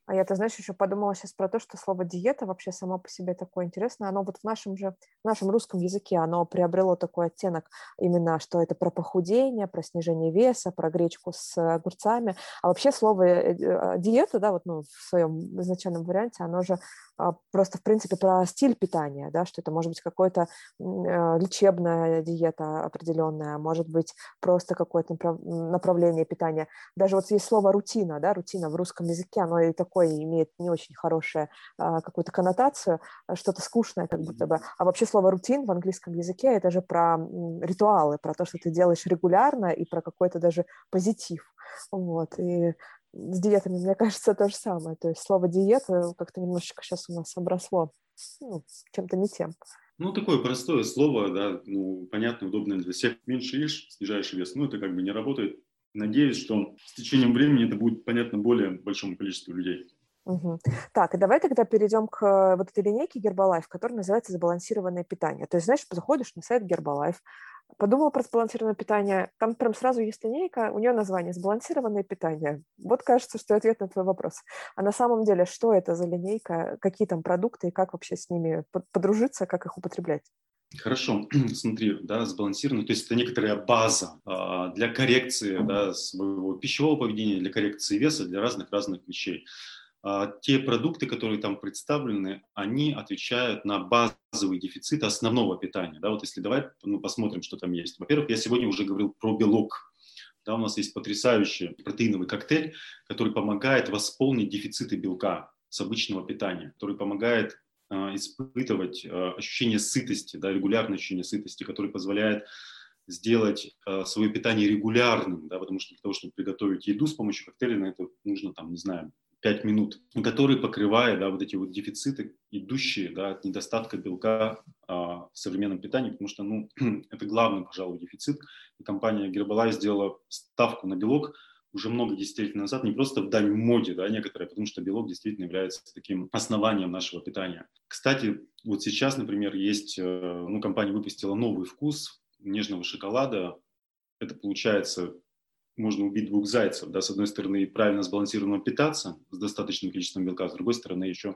А я, ты знаешь, еще подумала сейчас про то, что слово диета вообще само по себе такое интересное. Оно вот в нашем же, в нашем русском языке, оно приобрело такой оттенок именно, что это про похудение, про снижение веса, про гречку с огурцами. А вообще слово э, э, диета, да, вот ну, в своем изначальном варианте, оно же а, просто, в принципе, про стиль питания, да, что это может быть какой-то м, э, лечебная диета определенная, может быть просто какое-то направ- направление питания. Даже вот есть слово рутина, да, рутина в русском языке, оно и такое имеет не очень хорошую а, какую-то коннотацию, а, что-то скучное как будто бы. А вообще слово рутин в английском языке это же про м, ритуалы, про то, что ты делаешь регулярно и про какой-то даже позитив. Вот. И с диетами, мне кажется, то же самое. То есть слово диета как-то немножечко сейчас у нас обросло ну, чем-то не тем. Ну, такое простое слово, да, ну, понятно, удобное для всех. Меньше ешь, снижаешь вес. Ну, это как бы не работает. Надеюсь, что с течением времени это будет понятно более большому количеству людей. Угу. Так, и давай тогда перейдем к э, вот этой линейке Herbalife, которая называется «Сбалансированное питание». То есть, знаешь, заходишь на сайт Herbalife, подумал про сбалансированное питание, там прям сразу есть линейка, у нее название «Сбалансированное питание». Вот кажется, что ответ на твой вопрос. А на самом деле, что это за линейка, какие там продукты и как вообще с ними подружиться, как их употреблять? Хорошо, смотри, да, сбалансированно, то есть это некоторая база а, для коррекции, да, своего пищевого поведения, для коррекции веса, для разных-разных вещей. А, те продукты, которые там представлены, они отвечают на базовый дефицит основного питания. Да, вот если давай ну, посмотрим, что там есть. Во-первых, я сегодня уже говорил про белок. Да, у нас есть потрясающий протеиновый коктейль, который помогает восполнить дефициты белка с обычного питания, который помогает э, испытывать э, ощущение сытости, да, регулярное ощущение сытости, который позволяет сделать э, свое питание регулярным, да, потому что для того, чтобы приготовить еду с помощью коктейля, на это нужно, там, не знаю, пять минут, который покрывает, да, вот эти вот дефициты, идущие, да, от недостатка белка а, в современном питании, потому что, ну, это главный, пожалуй, дефицит. И компания Herbalife сделала ставку на белок уже много десятилетий назад, не просто в дань моде, да, некоторые, потому что белок действительно является таким основанием нашего питания. Кстати, вот сейчас, например, есть, ну, компания выпустила новый вкус нежного шоколада. Это получается, можно убить двух зайцев, да, с одной стороны, правильно сбалансированно питаться с достаточным количеством белка, с другой стороны, еще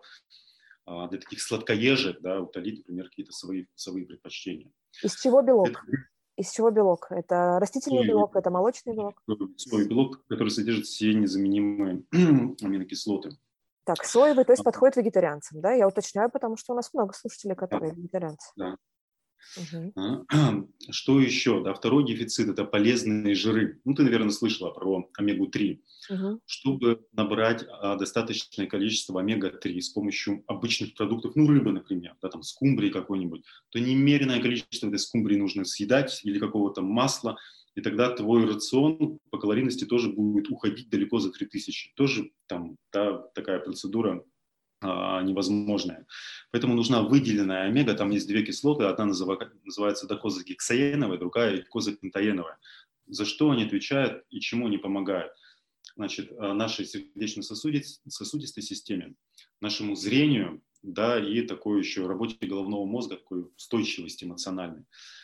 а, для таких сладкоежек, да, утолить, например, какие-то свои вкусовые предпочтения. Из чего белок? Это Из чего белок? Это растительный соевый, белок, это молочный белок? соевый белок, который содержит все незаменимые аминокислоты. Так, соевый, то есть подходит вегетарианцам, да? Я уточняю, потому что у нас много слушателей, Да, которые вегетарианцы. да. Угу. Что еще? Да, второй дефицит – это полезные жиры. Ну, ты, наверное, слышала про омегу три. Угу. Чтобы набрать а, достаточное количество омега три с помощью обычных продуктов, ну, рыбы, например, да, там, скумбрии какой-нибудь, то немеренное количество этой скумбрии нужно съедать или какого-то масла, и тогда твой рацион по калорийности тоже будет уходить далеко за три тысячи. Тоже там, да, такая процедура а, невозможная. Поэтому нужна выделенная омега, там есть две кислоты, одна называется, называется докозагексаеновая, другая докозапентаеновая. За что они отвечают и чему они помогают? Значит, нашей сердечно-сосудистой системе, нашему зрению, да, и такой еще работе головного мозга, такой устойчивости эмоциональной.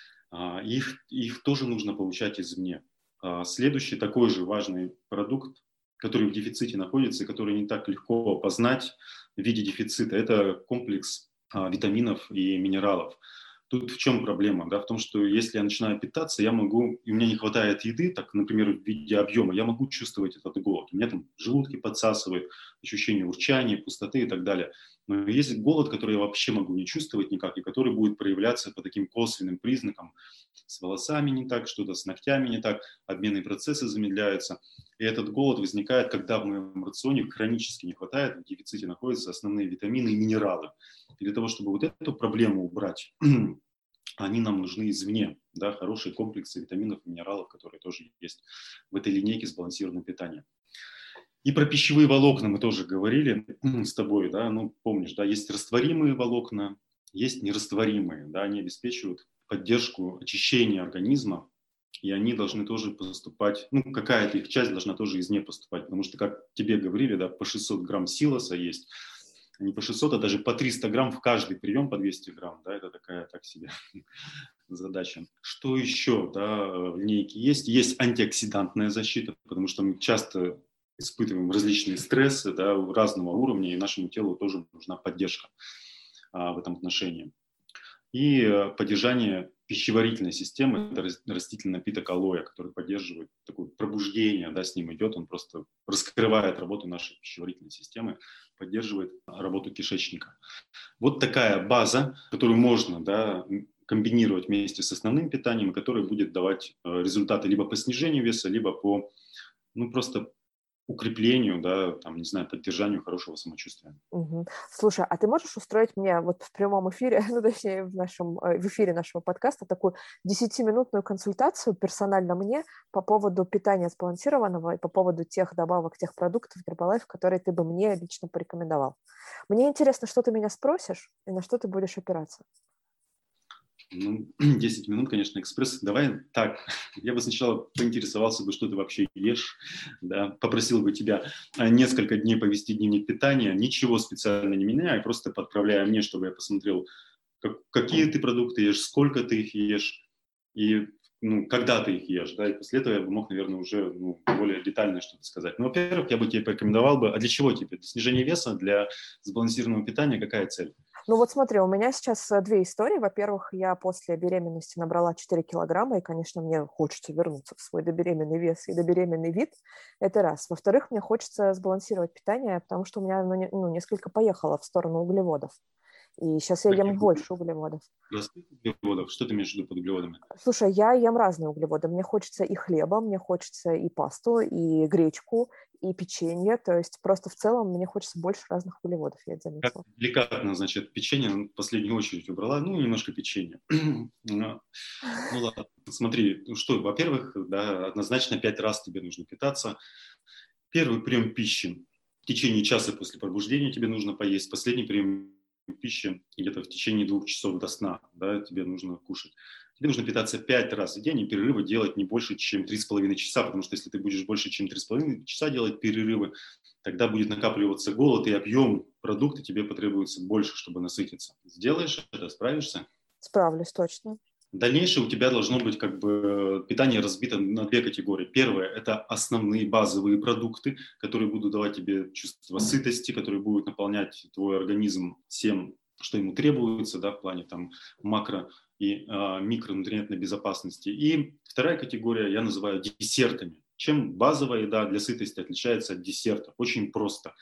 Их, их тоже нужно получать извне. Следующий такой же важный продукт, который в дефиците находится и который не так легко опознать в виде дефицита, это комплекс витаминов и минералов. Тут в чем проблема? Да? В том, что если я начинаю питаться, я могу, и у меня не хватает еды, так, например, в виде объема, я могу чувствовать этот голод. У меня там желудки подсасывает, ощущение урчания, пустоты и так далее. Но есть голод, который я вообще могу не чувствовать никак, и который будет проявляться по таким косвенным признакам. С волосами не так, что-то с ногтями не так, обменные процессы замедляются. И этот голод возникает, когда в моем рационе хронически не хватает, в дефиците находятся основные витамины и минералы. И для того, чтобы вот эту проблему убрать, они нам нужны извне, да, хорошие комплексы витаминов и минералов, которые тоже есть в этой линейке сбалансированного питания. И про пищевые волокна мы тоже говорили с тобой, да, ну, помнишь, да, есть растворимые волокна, есть нерастворимые, да, они обеспечивают поддержку очищения организма, и они должны тоже поступать, ну, какая-то их часть должна тоже извне поступать, потому что, как тебе говорили, да, по шестьсот грамм силоса есть, не по шестьсот, а даже по триста грамм в каждый прием, по двести грамм, да, это такая, так себе задача. Что еще, да, в линейке есть? Есть антиоксидантная защита, потому что мы часто испытываем различные стрессы, да, разного уровня, и нашему телу тоже нужна поддержка а, в этом отношении. И поддержание пищеварительной системы – это растительный напиток алоэ, который поддерживает такое пробуждение, да, с ним идет, он просто раскрывает работу нашей пищеварительной системы, поддерживает работу кишечника. Вот такая база, которую можно, да, комбинировать вместе с основным питанием, которое будет давать результаты либо по снижению веса, либо по, ну, просто укреплению, да, там, не знаю, поддержанию хорошего самочувствия. Угу. Слушай, а ты можешь устроить мне вот в прямом эфире, ну, точнее, в, нашем, в эфире нашего подкаста такую десятиминутную консультацию персонально мне по поводу питания сбалансированного и по поводу тех добавок, тех продуктов Herbalife, которые ты бы мне лично порекомендовал? Мне интересно, что ты меня спросишь и на что ты будешь опираться. Ну, десять минут, конечно, экспресс. Давай так, я бы сначала поинтересовался бы, что ты вообще ешь, да, попросил бы тебя несколько дней повести дневник питания, ничего специально не меняя, просто подправляя мне, чтобы я посмотрел, как, какие ты продукты ешь, сколько ты их ешь и, ну, когда ты их ешь, да, и после этого я бы мог, наверное, уже, ну, более детально что-то сказать. Ну, во-первых, я бы тебе порекомендовал бы, а для чего тебе? Для снижения веса, для сбалансированного питания какая цель? Ну вот смотри, у меня сейчас две истории. Во-первых, я после беременности набрала четыре килограмма, и, конечно, мне хочется вернуться в свой добеременный вес и добеременный вид. Это раз. Во-вторых, мне хочется сбалансировать питание, потому что у меня ну, не, ну, несколько поехало в сторону углеводов. И сейчас я ем больше углеводов. Углеводов? Что ты имеешь в виду под углеводами? Слушай, я ем разные углеводы. Мне хочется и хлеба, мне хочется и пасту, и гречку, и печенье. То есть просто в целом мне хочется больше разных углеводов, я это заметила. Как деликатно, значит, печенье в последнюю очередь убрала. Ну, немножко печенья. Ну ладно, смотри, ну что, во-первых, да, однозначно пять раз тебе нужно питаться. Первый прием пищи в течение часа после пробуждения тебе нужно поесть. Последний прием пищи где-то в течение двух часов до сна, да, тебе нужно кушать. Тебе нужно питаться пять раз в день и перерывы делать не больше, чем три с половиной часа, потому что если ты будешь больше, чем три с половиной часа делать перерывы, тогда будет накапливаться голод, и объем продукта тебе потребуется больше, чтобы насытиться. Сделаешь это, справишься? Справлюсь, точно. Дальнейшее у тебя должно быть как бы питание разбито на две категории. Первое – это основные базовые продукты, которые будут давать тебе чувство сытости, которые будут наполнять твой организм всем, что ему требуется, да, в плане там макро- и э, микронутриентной безопасности. И вторая категория я называю десертами. Чем базовая еда для сытости отличается от десертов? Очень просто.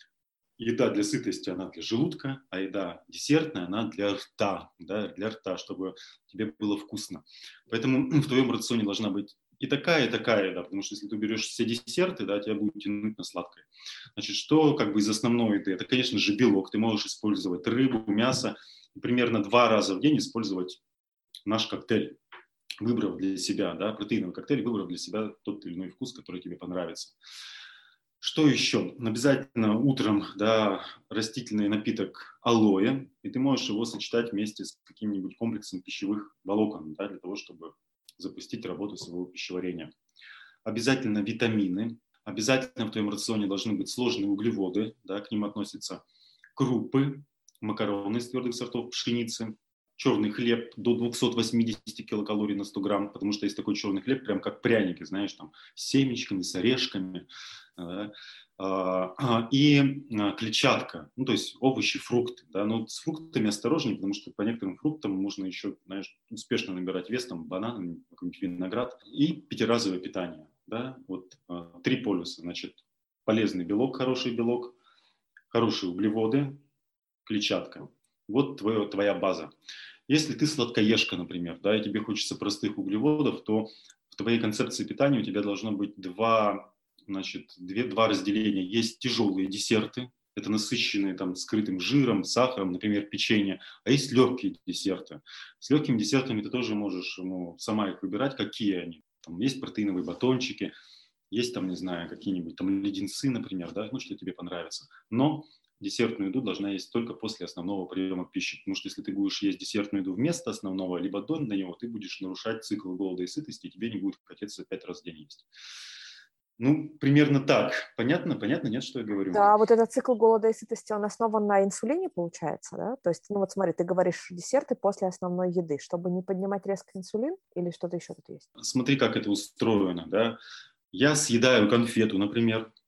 Еда для сытости, она для желудка, а еда десертная, она для рта, да, для рта, чтобы тебе было вкусно. Поэтому в твоем рационе должна быть и такая, и такая еда, потому что если ты берешь все десерты, да, тебя будет тянуть на сладкое. Значит, что как бы из основной еды? Это, конечно же, белок. Ты можешь использовать рыбу, мясо, и примерно два раза в день использовать наш коктейль, выбрав для себя, да, протеиновый коктейль, выбрав для себя тот или иной вкус, который тебе понравится. Что еще? Обязательно утром, да, растительный напиток алоэ, и ты можешь его сочетать вместе с каким-нибудь комплексом пищевых волокон, да, для того, чтобы запустить работу своего пищеварения. Обязательно витамины, обязательно в твоем рационе должны быть сложные углеводы, да, к ним относятся крупы, макароны из твердых сортов пшеницы, черный хлеб до двести восемьдесят килокалорий на сто грамм, потому что есть такой черный хлеб, прям как пряники, знаешь, там, с семечками, с орешками, да, и клетчатка, ну, то есть овощи, фрукты, да, но с фруктами осторожнее, потому что по некоторым фруктам можно еще, знаешь, успешно набирать вес, там, бананы, какой-нибудь виноград, и пятиразовое питание, да, вот три полюса, значит, полезный белок, хороший белок, хорошие углеводы, клетчатка. Вот твоя, твоя база. Если ты сладкоежка, например, да, и тебе хочется простых углеводов, то в твоей концепции питания у тебя должно быть два, значит, две, два разделения. Есть тяжелые десерты, это насыщенные там скрытым жиром, сахаром, например, печенье, а есть легкие десерты. С легкими десертами ты тоже можешь, ну, сама их выбирать, какие они. Там есть протеиновые батончики, есть там, не знаю, какие-нибудь там леденцы, например, да, ну, что тебе понравится. Но десертную еду должна есть только после основного приема пищи, потому что если ты будешь есть десертную еду вместо основного, либо до него, ты будешь нарушать цикл голода и сытости, и тебе не будет хотеться пять раз в день есть. Ну, примерно так. Понятно? Понятно, нет, что я говорю? Да, вот этот цикл голода и сытости, он основан на инсулине, получается, да? То есть, ну вот смотри, ты говоришь десерты после основной еды, чтобы не поднимать резко инсулин или что-то еще тут есть? Смотри, как это устроено, да? Я съедаю конфету, например,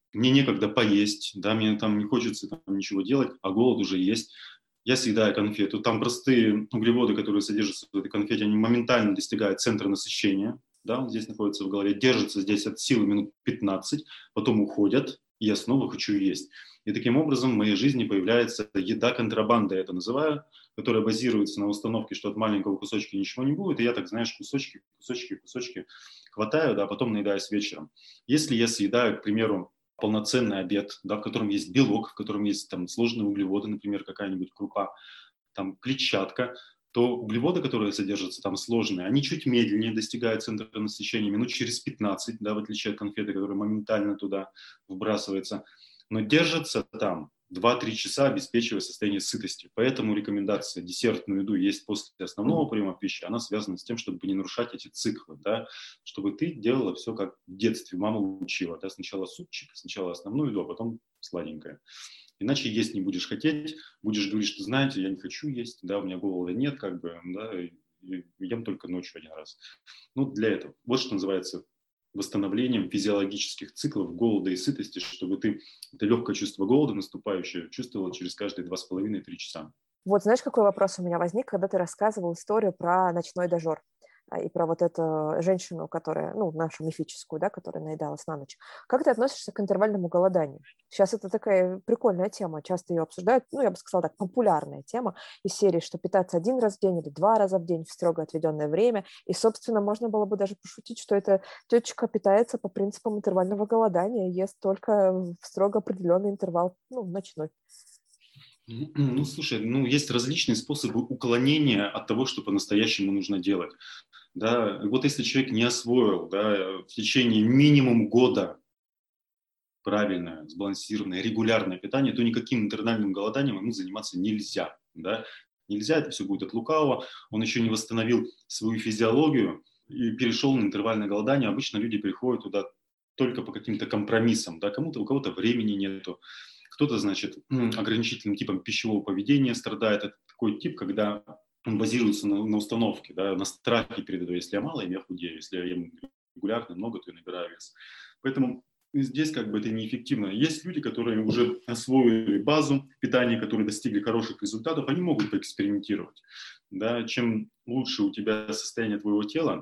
мне некогда поесть, да, мне там не хочется там ничего делать, а голод уже есть. Я съедаю конфету. Там простые углеводы, которые содержатся в этой конфете, они моментально достигают центра насыщения. Да, он здесь находится в голове, держится здесь от силы минут пятнадцать, потом уходят, и я снова хочу есть. И таким образом в моей жизни появляется еда-контрабанда, я это называю, которая базируется на установке, что от маленького кусочка ничего не будет, и я так, знаешь, кусочки, кусочки, кусочки хватаю, да, а потом наедаюсь вечером. Если я съедаю, к примеру, полноценный обед, да, в котором есть белок, в котором есть там сложные углеводы, например, какая-нибудь крупа, там клетчатка, то углеводы, которые содержатся там сложные, они чуть медленнее достигают центра насыщения, минут через пятнадцать, да, в отличие от конфеты, которая моментально туда вбрасывается, но держатся там два-три часа, обеспечивая состояние сытости. Поэтому рекомендация десертную еду есть после основного приема пищи, она связана с тем, чтобы не нарушать эти циклы, да, чтобы ты делала все как в детстве, мама учила, да, сначала супчик, сначала основную еду, а потом сладенькое. Иначе есть не будешь хотеть, будешь говорить, что, знаете, я не хочу есть, да, у меня голода нет, как бы, да, и, и ем только ночью один раз. Ну, для этого. Вот что называется восстановлением физиологических циклов голода и сытости, чтобы ты это легкое чувство голода наступающее чувствовала через каждые два с половиной-три часа. Вот знаешь, какой вопрос у меня возник, когда ты рассказывал историю про ночной дожор и про вот эту женщину, которая, ну, нашу мифическую, да, которая наедалась на ночь. Как ты относишься к интервальному голоданию? Сейчас это такая прикольная тема, часто ее обсуждают, ну, я бы сказала так, популярная тема из серии, что питаться один раз в день или два раза в день в строго отведенное время, и, собственно, можно было бы даже пошутить, что эта тетечка питается по принципам интервального голодания, ест только в строго определенный интервал, ну, ночной. Ну, слушай, ну, есть различные способы уклонения от того, что по-настоящему нужно делать. Да, вот если человек не освоил, да, в течение минимум года правильное, сбалансированное, регулярное питание, то никаким интервальным голоданием ему заниматься нельзя. Да? Нельзя, это все будет от лукавого. Он еще не восстановил свою физиологию и перешел на интервальное голодание. Обычно люди приходят туда только по каким-то компромиссам. Да? Кому-то, у кого-то времени нету. Кто-то, значит, ограничительным типом пищевого поведения страдает. Это такой тип, когда он базируется на, на установке, да, на страхе перед этим. Если я мало ем, я худею. Если я ем регулярно много, то я набираю вес. Поэтому здесь как бы это неэффективно. Есть люди, которые уже освоили базу питания, которые достигли хороших результатов, они могут поэкспериментировать. Да? Чем лучше у тебя состояние твоего тела,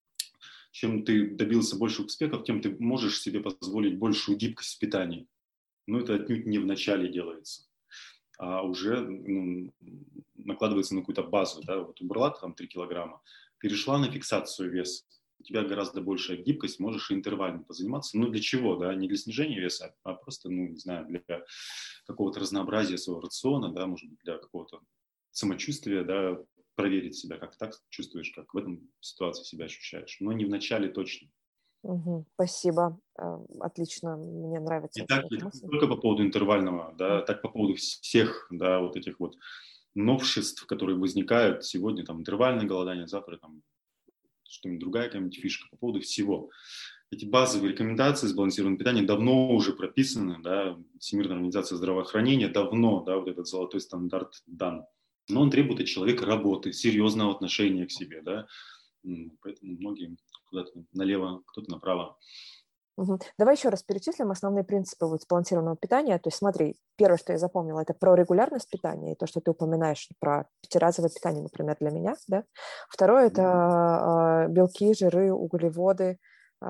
чем ты добился больших успехов, тем ты можешь себе позволить большую гибкость в питании. Но это отнюдь не в начале делается, а уже ну, накладывается на какую-то базу. Да? Вот убрала там три килограмма, перешла на фиксацию веса, у тебя гораздо большая гибкость, можешь интервально позаниматься. Ну, для чего, да? Не для снижения веса, а просто, ну, не знаю, для какого-то разнообразия своего рациона, да, может быть, для какого-то самочувствия, да, проверить себя, как ты так чувствуешь, как в этом ситуации себя ощущаешь. Но не в начале точно. Угу, спасибо. Отлично, мне нравится И эта так вот не мысль. только по поводу интервального, да, так по поводу всех, да, вот этих вот новшеств, которые возникают сегодня, там, интервальное голодание, завтра там что-нибудь другая какая-нибудь фишка по поводу всего. Эти базовые рекомендации сбалансированного питания давно уже прописаны, да, Всемирная организация здравоохранения давно, да, вот этот золотой стандарт дан. Но он требует от человека работы, серьезного отношения к себе, да, поэтому многие куда-то налево, кто-то направо. Угу. Давай еще раз перечислим основные принципы вот сбалансированного питания. То есть смотри, первое, что я запомнила, это про регулярность питания, и то, что ты упоминаешь про пятиразовое питание, например, для меня. Да? Второе – это э, белки, жиры, углеводы, э,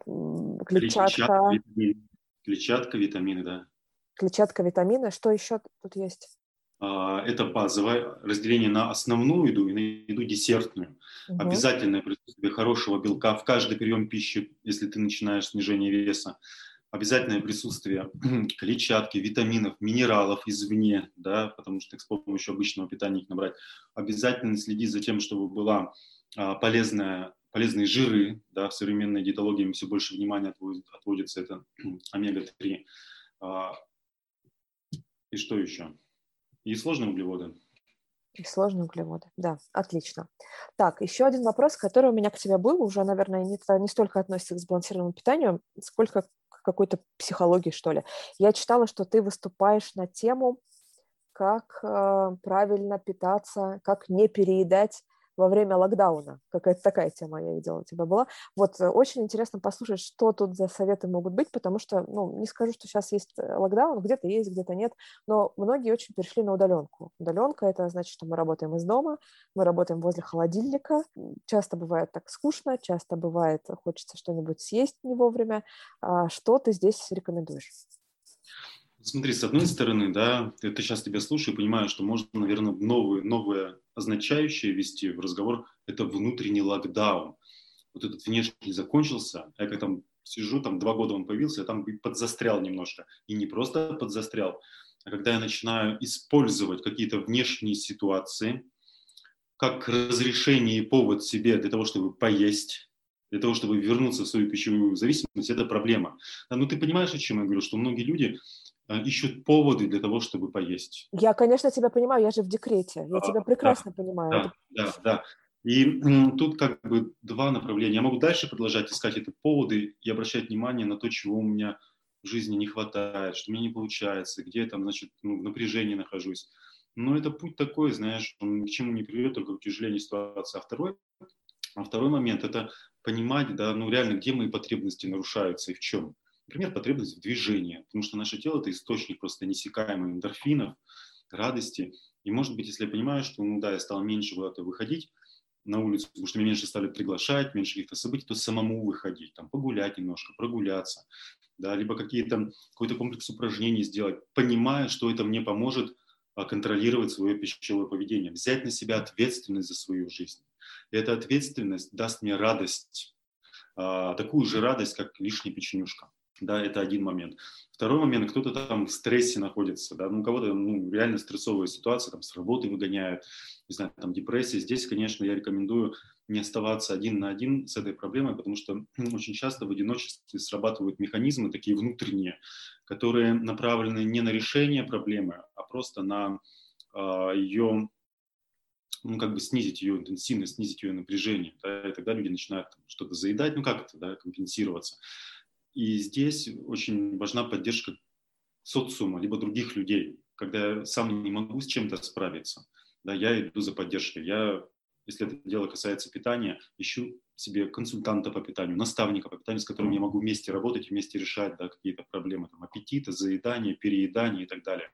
клетчатка. Клетчатка, витамины, клетчатка, витамины, да. Клетчатка, витамины. Что еще тут есть? Это базовое разделение на основную еду и на еду десертную. Угу. Обязательное присутствие хорошего белка в каждый прием пищи, если ты начинаешь снижение веса. Обязательное присутствие клетчатки, витаминов, минералов извне, да, потому что с помощью обычного питания их набрать. Обязательно следить за тем, чтобы была полезная, полезные жиры. Да, в современной диетологии все больше внимания отводится, это омега три. И что еще? И сложные углеводы. И сложные углеводы, да, отлично. Так, еще один вопрос, который у меня к тебе был, уже, наверное, не, не столько относится к сбалансированному питанию, сколько к какой-то психологии, что ли. Я читала, что ты выступаешь на тему, как э, правильно питаться, как не переедать во время локдауна. Какая-то такая тема, я видела, у тебя была. Вот очень интересно послушать, что тут за советы могут быть, потому что, ну, не скажу, что сейчас есть локдаун, где-то есть, где-то нет, но многие очень перешли на удаленку. Удаленка – это значит, что мы работаем из дома, мы работаем возле холодильника. Часто бывает так скучно, часто бывает хочется что-нибудь съесть не вовремя. А что ты здесь рекомендуешь? Смотри, с одной стороны, да, это сейчас тебя слушаю и понимаю, что можно, наверное, новое, новое означающее ввести в разговор – это внутренний локдаун. Вот этот внешний закончился, а я как там сижу, там два года он появился, я там подзастрял немножко. И не просто подзастрял, а когда я начинаю использовать какие-то внешние ситуации как разрешение и повод себе для того, чтобы поесть, для того, чтобы вернуться в свою пищевую зависимость, это проблема. Да, ну ты понимаешь, о чем я говорю, что многие люди ищут поводы для того, чтобы поесть. Я, конечно, тебя понимаю, я же в декрете, я тебя прекрасно да, понимаю. да, Это... да, да. И м, тут как бы два направления. Я могу дальше продолжать искать эти поводы и обращать внимание на то, чего у меня в жизни не хватает, что мне не получается, где я там, значит, ну, в напряжении нахожусь. Но это путь такой, знаешь, он ни к чему не приведет, только к утяжелению ситуации. А второй, а второй момент – это понимать, да, ну реально, где мои потребности нарушаются и в чем. Например, потребность в движении, потому что наше тело – это источник просто неиссякаемых эндорфинов, радости. И, может быть, если я понимаю, что, ну да, я стал меньше куда-то выходить на улицу, потому что меня меньше стали приглашать, меньше каких-то событий, то самому выходить, там, погулять немножко, прогуляться, да, либо какие-то, какой-то комплекс упражнений сделать, понимая, что это мне поможет а, контролировать свое пищевое поведение, взять на себя ответственность за свою жизнь. И эта ответственность даст мне радость, а, такую же радость, как лишняя печенюшка. Да, это один момент. Второй момент, кто-то там в стрессе находится, да, ну, у кого-то ну, реально стрессовая ситуация, там с работы выгоняют, не знаю, там депрессия. Здесь, конечно, я рекомендую не оставаться один на один с этой проблемой, потому что очень часто в одиночестве срабатывают механизмы такие внутренние, которые направлены не на решение проблемы, а просто на а, ее, ну, как бы снизить ее интенсивность, снизить ее напряжение. Да, и тогда люди начинают там, что-то заедать, ну, как это, да, компенсироваться. И здесь очень важна поддержка социума, либо других людей. Когда я сам не могу с чем-то справиться, да, я иду за поддержкой. Я, если это дело касается питания, ищу себе консультанта по питанию, наставника по питанию, с которым я могу вместе работать, вместе решать, да, какие-то проблемы там, аппетита, заедания, переедания и так далее.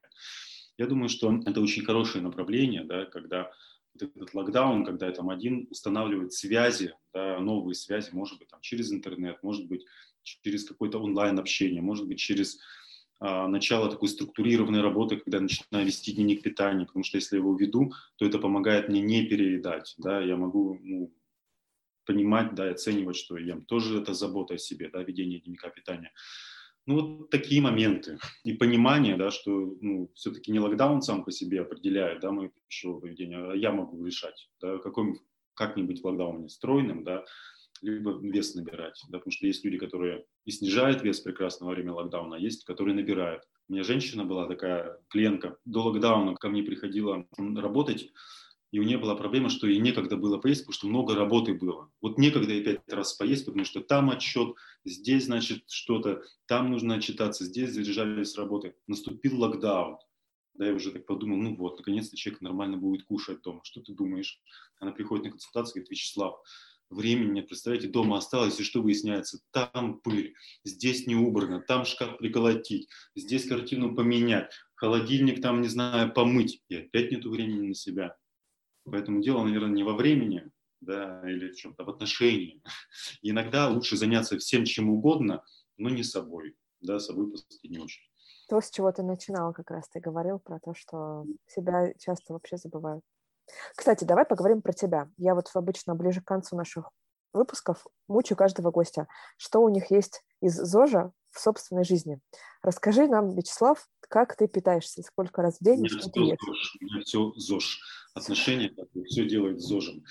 Я думаю, что это очень хорошее направление, да, когда этот локдаун, когда я там один, устанавливает связи, да, новые связи, может быть, там, через интернет, может быть, через какое-то онлайн-общение, может быть, через а, начало такой структурированной работы, когда я начинаю вести дневник питания, потому что если я его веду, то это помогает мне не переедать, да, я могу, ну, понимать, да, и оценивать, что я тоже это забота о себе, да, ведение дневника питания. Ну, вот такие моменты. И понимание, да, что ну, все-таки не локдаун сам по себе определяет, да, мое пищевое поведение, а я могу решать, да, какой, как-нибудь в локдауне стройным, да, либо вес набирать, да, потому что есть люди, которые и снижают вес прекрасно во время локдауна, а есть, которые набирают. У меня женщина была такая, клиентка, до локдауна ко мне приходила работать, и у нее была проблема, что ей некогда было поесть, потому что много работы было. Вот некогда ей пять раз поесть, потому что там отчет, здесь, значит, что-то, там нужно отчитаться, здесь заряжали с работы. Наступил локдаун. Да, я уже так подумал, ну вот, наконец-то человек нормально будет кушать дома. Что ты думаешь? Она приходит на консультацию, говорит: Вячеслав, времени нет, представляете, дома осталось, и что выясняется? Там пыль, здесь не убрано, там шкаф приколотить, здесь картину поменять, холодильник там, не знаю, помыть. И опять нету времени на себя. Поэтому дело, наверное, не во времени, да, или в чем-то, а в отношении. И иногда лучше заняться всем чем угодно, но не собой. Да, собой в последнюю очередь. То, с чего ты начинал, как раз ты говорил про то, что себя часто вообще забывают. Кстати, давай поговорим про тебя. Я вот обычно ближе к концу наших выпусков мучаю каждого гостя, что у них есть из ЗОЖа в собственной жизни. Расскажи нам, Вячеслав, как ты питаешься, сколько раз в день и что ты ешь? ЗОЖ, у меня все ЗОЖ. Отношения, все делает ЗОЖем.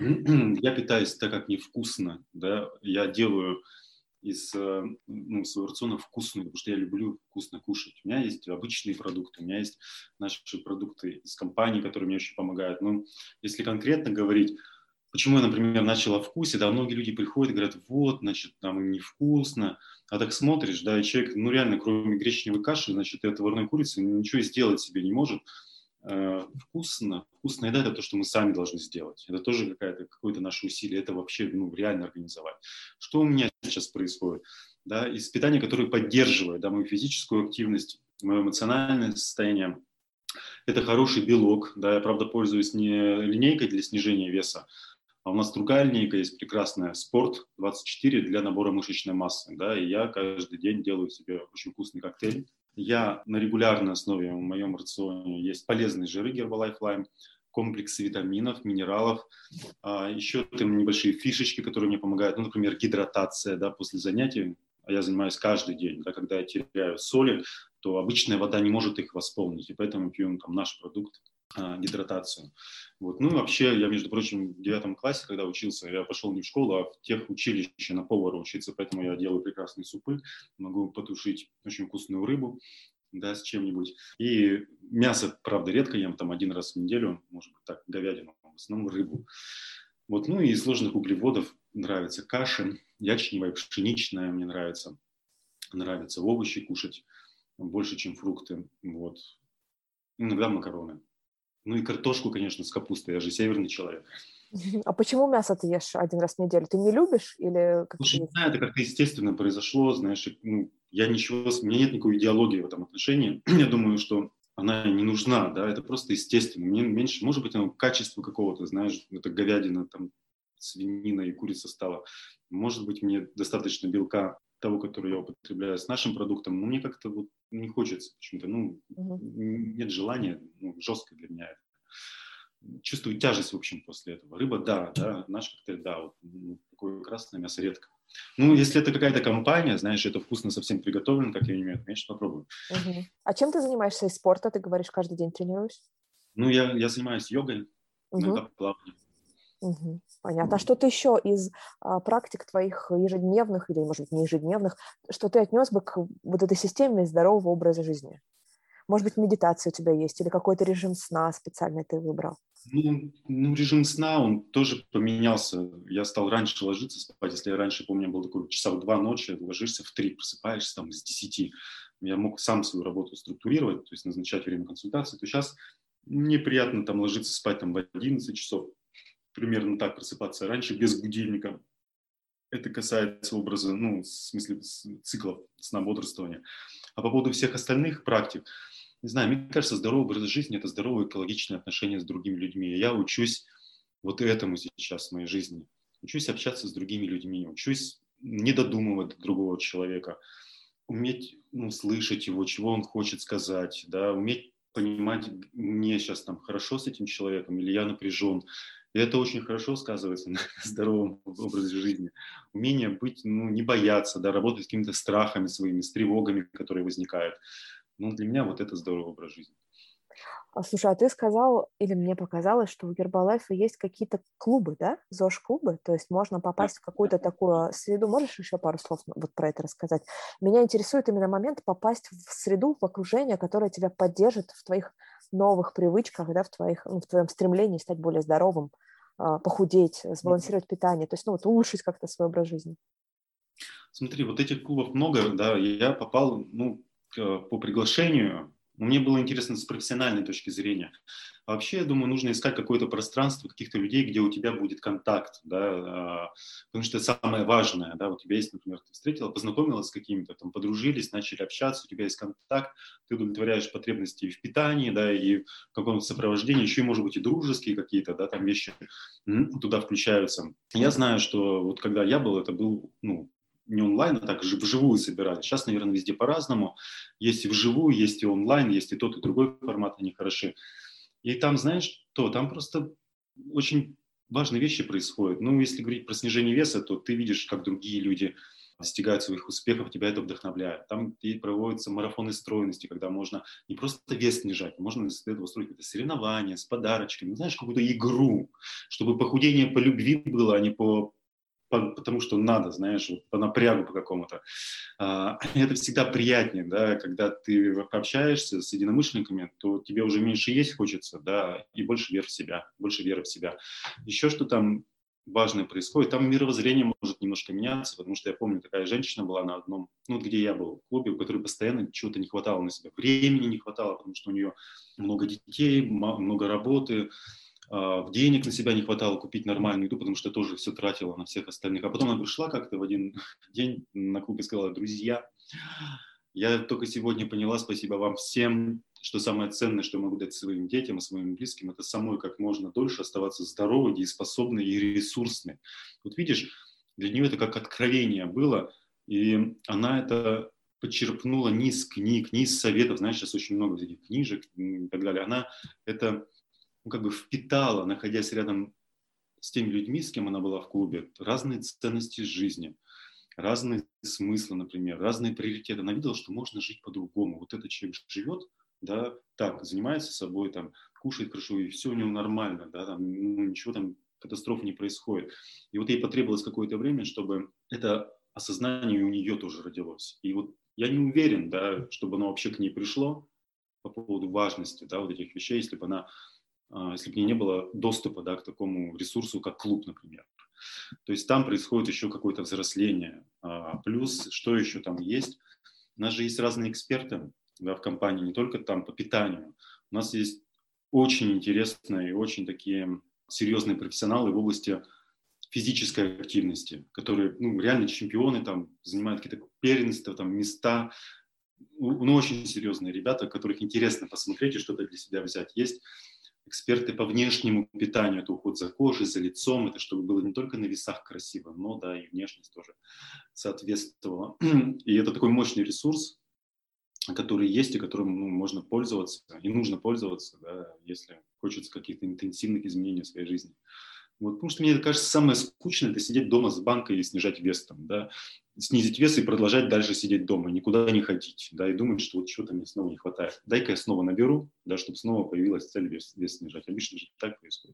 Я питаюсь так, как невкусно. Да? Я делаю из ну, своего рациона вкусную, потому что я люблю вкусно кушать. У меня есть обычные продукты, у меня есть наши продукты из компании, которые мне очень помогают. Но если конкретно говорить, почему я, например, начал о вкусе, да, многие люди приходят и говорят: вот, значит, там им невкусно, а так смотришь, да, и человек, ну, реально, кроме гречневой каши, значит, и отварной курицы, ничего сделать себе не может, э, вкусно. Вкусная еда – это то, что мы сами должны сделать. Это тоже какая-то, какое-то наше усилие, это вообще ну, реально организовать. Что у меня сейчас происходит? Да, из питания, которое поддерживает да, мою физическую активность, мое эмоциональное состояние, это хороший белок. Да, я, правда, пользуюсь не линейкой для снижения веса, а у нас другая линейка есть прекрасная, Спорт двадцать четыре для набора мышечной массы. Да, и я каждый день делаю себе очень вкусный коктейль. Я на регулярной основе в моем рационе есть полезные жиры Herbalife Lime, комплексы витаминов, минералов, а, еще там небольшие фишечки, которые мне помогают, ну, например, гидратация, да, после занятий. Я занимаюсь каждый день, да, когда я теряю соли, то обычная вода не может их восполнить, и поэтому пьем там наш продукт, а, гидратацию. Вот. Ну и вообще, я, между прочим, в девятом классе, когда учился, я пошел не в школу, а в техучилище на повара учиться, поэтому я делаю прекрасные супы, могу потушить очень вкусную рыбу, да, с чем-нибудь. И мясо, правда, редко ем, там один раз в неделю, может быть, так, говядину, в основном рыбу. Вот, ну и из сложных углеводов нравятся каши, ячневая, пшеничная мне нравится, нравится овощи кушать больше, чем фрукты, вот. Иногда макароны. Ну и картошку, конечно, с капустой, я же северный человек. А почему мясо ты ешь один раз в неделю? Ты не любишь или как-то Слушай, не есть? знаю, это как-то естественно произошло, знаешь, ну, я ничего, у меня нет никакой идеологии в этом отношении. Я думаю, что она не нужна, да, это просто естественно. Мне меньше, может быть, оно качество какого-то, знаешь, это говядина, там, свинина и курица стала. Может быть, мне достаточно белка того, который я употребляю с нашим продуктом, но мне как-то вот не хочется почему-то, ну, Мгм. нет желания, ну, жестко для меня это. Чувствую тяжесть, в общем, после этого. Рыба, да, да, наш коктейль, да, вот ну, такое красное мясо редко. Ну, если это какая-то компания, знаешь, это вкусно совсем приготовлено, как я не умею, конечно, попробую. Мгм. А чем ты занимаешься из спорта? Ты говоришь, каждый день тренируешься? Ну, я, я занимаюсь йогой, Мгм. иногда плаванием. Мгм. Понятно. А что-то еще из а, практик твоих ежедневных или, может быть, не ежедневных, что ты отнес бы к вот этой системе здорового образа жизни? Может быть, медитация у тебя есть или какой-то режим сна специальный ты выбрал? Ну, ну, режим сна, он тоже поменялся. Я стал раньше ложиться спать. Если я раньше, помню, был такой часа в два ночи, ложишься в три, просыпаешься там с десяти. Я мог сам свою работу структурировать, то есть назначать время консультации. То сейчас мне приятно там ложиться спать там в одиннадцать часов, примерно так просыпаться раньше, без будильника. Это касается образа, ну, в смысле цикла сна-бодрствования. А по поводу всех остальных практик, не знаю, мне кажется, здоровый образ жизни – это здоровые экологичные отношения с другими людьми. И я учусь вот этому сейчас в моей жизни. Учусь общаться с другими людьми, учусь не додумывать до другого человека, уметь ну, слышать его, чего он хочет сказать, да, уметь понимать, мне сейчас там хорошо с этим человеком или я напряжен. И это очень хорошо сказывается на здоровом образе жизни. Умение быть, ну, не бояться, да, работать с какими-то страхами своими, с тревогами, которые возникают. Ну, для меня вот это здоровый образ жизни. А, слушай, а ты сказал, или мне показалось, что у Гербалайфа есть какие-то клубы, да? ЗОЖ-клубы, то есть можно Да, попасть в да. какую-то такую среду. Можешь еще пару слов вот про это рассказать? Меня интересует именно момент попасть в среду, в окружение, которое тебя поддержит в твоих новых привычках, да, в, твоих, ну, в твоем стремлении стать более здоровым, а, похудеть, сбалансировать питание, то есть ну, вот улучшить как-то свой образ жизни. Смотри, вот этих клубов много, да, я попал, ну, по приглашению. Но мне было интересно с профессиональной точки зрения. А вообще, я думаю, нужно искать какое-то пространство, каких-то людей, где у тебя будет контакт, да, а, потому что это самое важное, да, у тебя есть, например, ты встретила, познакомилась с какими-то, там, подружились, начали общаться, у тебя есть контакт, ты удовлетворяешь потребности и в питании, да, и в каком-то сопровождении, еще, может быть, и дружеские какие-то, да, там вещи туда включаются. Я знаю, что вот когда я был, это был, ну, не онлайн, а так вживую собирали. Сейчас, наверное, везде по-разному. Есть и вживую, есть и онлайн, есть и тот, и другой формат, они хороши. И там, знаешь, то, там просто очень важные вещи происходят. Ну, если говорить про снижение веса, то ты видишь, как другие люди достигают своих успехов, тебя это вдохновляет. Там и проводятся марафоны стройности, когда можно не просто вес снижать, а можно из этого устроить какие-то соревнования с подарочками, знаешь, какую-то игру, чтобы похудение по любви было, а не по потому что надо, знаешь, вот по напрягу по какому-то. А, это всегда приятнее, да, когда ты общаешься с единомышленниками, то тебе уже меньше есть хочется, да, и больше веры в себя, больше веры в себя. Еще что там важное происходит. Там мировоззрение может немножко меняться, потому что я помню, такая женщина была на одном, ну, где я был, в клубе, у которой постоянно чего-то не хватало на себя. Времени не хватало, потому что у нее много детей, много работы, денег на себя не хватало купить нормальную еду, потому что тоже все тратила на всех остальных. А потом она пришла как-то в один день на клуб и сказала: друзья, я только сегодня поняла, спасибо вам всем, что самое ценное, что я могу дать своим детям и своим близким, это самой как можно дольше оставаться здоровой, дееспособной и ресурсной. Вот видишь, для нее это как откровение было, и она это подчерпнула не из книг, не из советов, знаешь, сейчас очень много таких книжек и так далее. Она это ну, как бы впитала, находясь рядом с теми людьми, с кем она была в клубе, разные ценности жизни, разные смыслы, например, разные приоритеты. Она видела, что можно жить по-другому. Вот этот человек живет, да, так, занимается собой, там, кушает хорошо, и все у него нормально, да, там, ну, ничего там, катастрофы не происходит. И вот ей потребовалось какое-то время, чтобы это осознание у нее тоже родилось. И вот я не уверен, да, чтобы оно вообще к ней пришло по поводу важности, да, вот этих вещей, если бы она, если бы у нее не было доступа, да, к такому ресурсу, как клуб, например. То есть там происходит еще какое-то взросление. Плюс, что еще там есть? У нас же есть разные эксперты, да, в компании, не только там по питанию. У нас есть очень интересные и очень такие серьезные профессионалы в области физической активности, которые, ну, реально чемпионы, там, занимают какие-то первенства, там, места. Ну, очень серьезные ребята, которых интересно посмотреть и что-то для себя взять. Есть эксперты по внешнему питанию, это уход за кожей, за лицом, это чтобы было не только на весах красиво, но, да, и внешность тоже соответствовала. И это такой мощный ресурс, который есть и которым, ну, можно пользоваться, и нужно пользоваться, да, если хочется каких-то интенсивных изменений в своей жизни. Вот, потому что мне кажется, самое скучное – это сидеть дома с банкой и снижать вес, там, да, снизить вес и продолжать дальше сидеть дома, никуда не ходить, да, и думать, что вот чего-то мне снова не хватает. Дай-ка я снова наберу, да, чтобы снова появилась цель вес, вес снижать. Обычно же так происходит.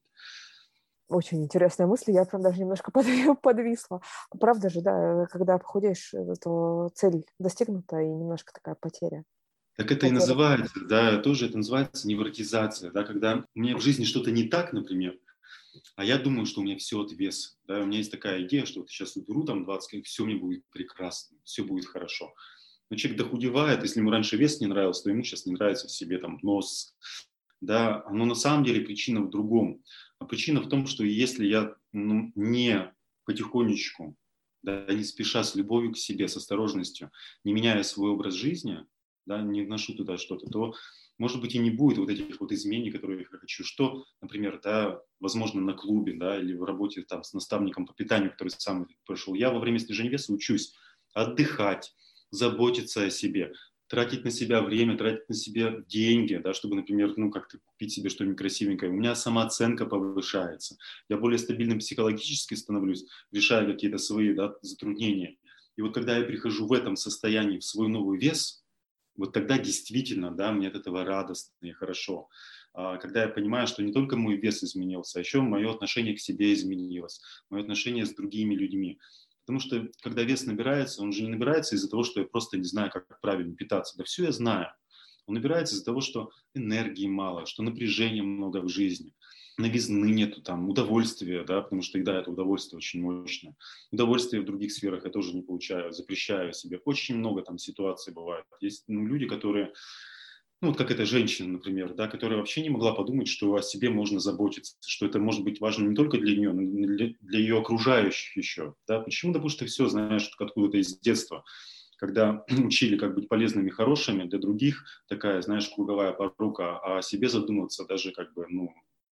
Очень интересная мысль, я прям даже немножко подвисла. Правда же, да, когда похудеешь, то цель достигнута и немножко такая потеря. Так это потеря. И называется, да, тоже это называется невротизация, да, когда у меня в жизни что-то не так, например, а я думаю, что у меня все от веса. Да? У меня есть такая идея, что вот сейчас уберу там двадцать килограмм, все мне будет прекрасно, все будет хорошо. Но человек дохудевает, если ему раньше вес не нравился, то ему сейчас не нравится в себе там нос. Да? Но на самом деле причина в другом. А причина в том, что если я, ну, не потихонечку, да, не спеша, с любовью к себе, с осторожностью, не меняя свой образ жизни, да, не вношу туда что-то, то, может быть, и не будет вот этих вот изменений, которые я хочу. Что, например, да, возможно, на клубе, да, или в работе там с наставником по питанию, который сам прошел. Я во время снижения веса учусь отдыхать, заботиться о себе, тратить на себя время, тратить на себя деньги, да, чтобы, например, ну, как-то купить себе что-нибудь красивенькое. У меня самооценка повышается. Я более стабильным психологически становлюсь, решаю какие-то свои, да, затруднения. И вот когда я прихожу в этом состоянии в свой новый вес, вот тогда действительно, да, мне от этого радостно и хорошо. Когда я понимаю, что не только мой вес изменился, а еще мое отношение к себе изменилось, мое отношение с другими людьми. Потому что, когда вес набирается, он же не набирается из-за того, что я просто не знаю, как правильно питаться. Да все я знаю. Он набирается из-за того, что энергии мало, что напряжения много в жизни, новизны нету, там, удовольствия, да, потому что еда – это удовольствие очень мощное. Удовольствие в других сферах я тоже не получаю, запрещаю себе. Очень много там ситуаций бывает. Есть, ну, люди, которые, ну, вот как эта женщина, например, да, которая вообще не могла подумать, что о себе можно заботиться, что это может быть важно не только для нее, но и для, для ее окружающих еще. Да. Почему? Потому что все знаешь откуда-то из детства. Когда учили, как быть полезными, хорошими для других, такая, знаешь, круговая порука, а о себе задуматься даже как бы, ну,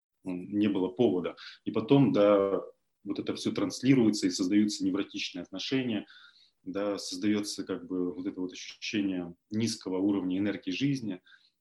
не было повода. И потом, да, вот это все транслируется и создаются невротичные отношения, да, создается как бы вот это вот ощущение низкого уровня энергии жизни.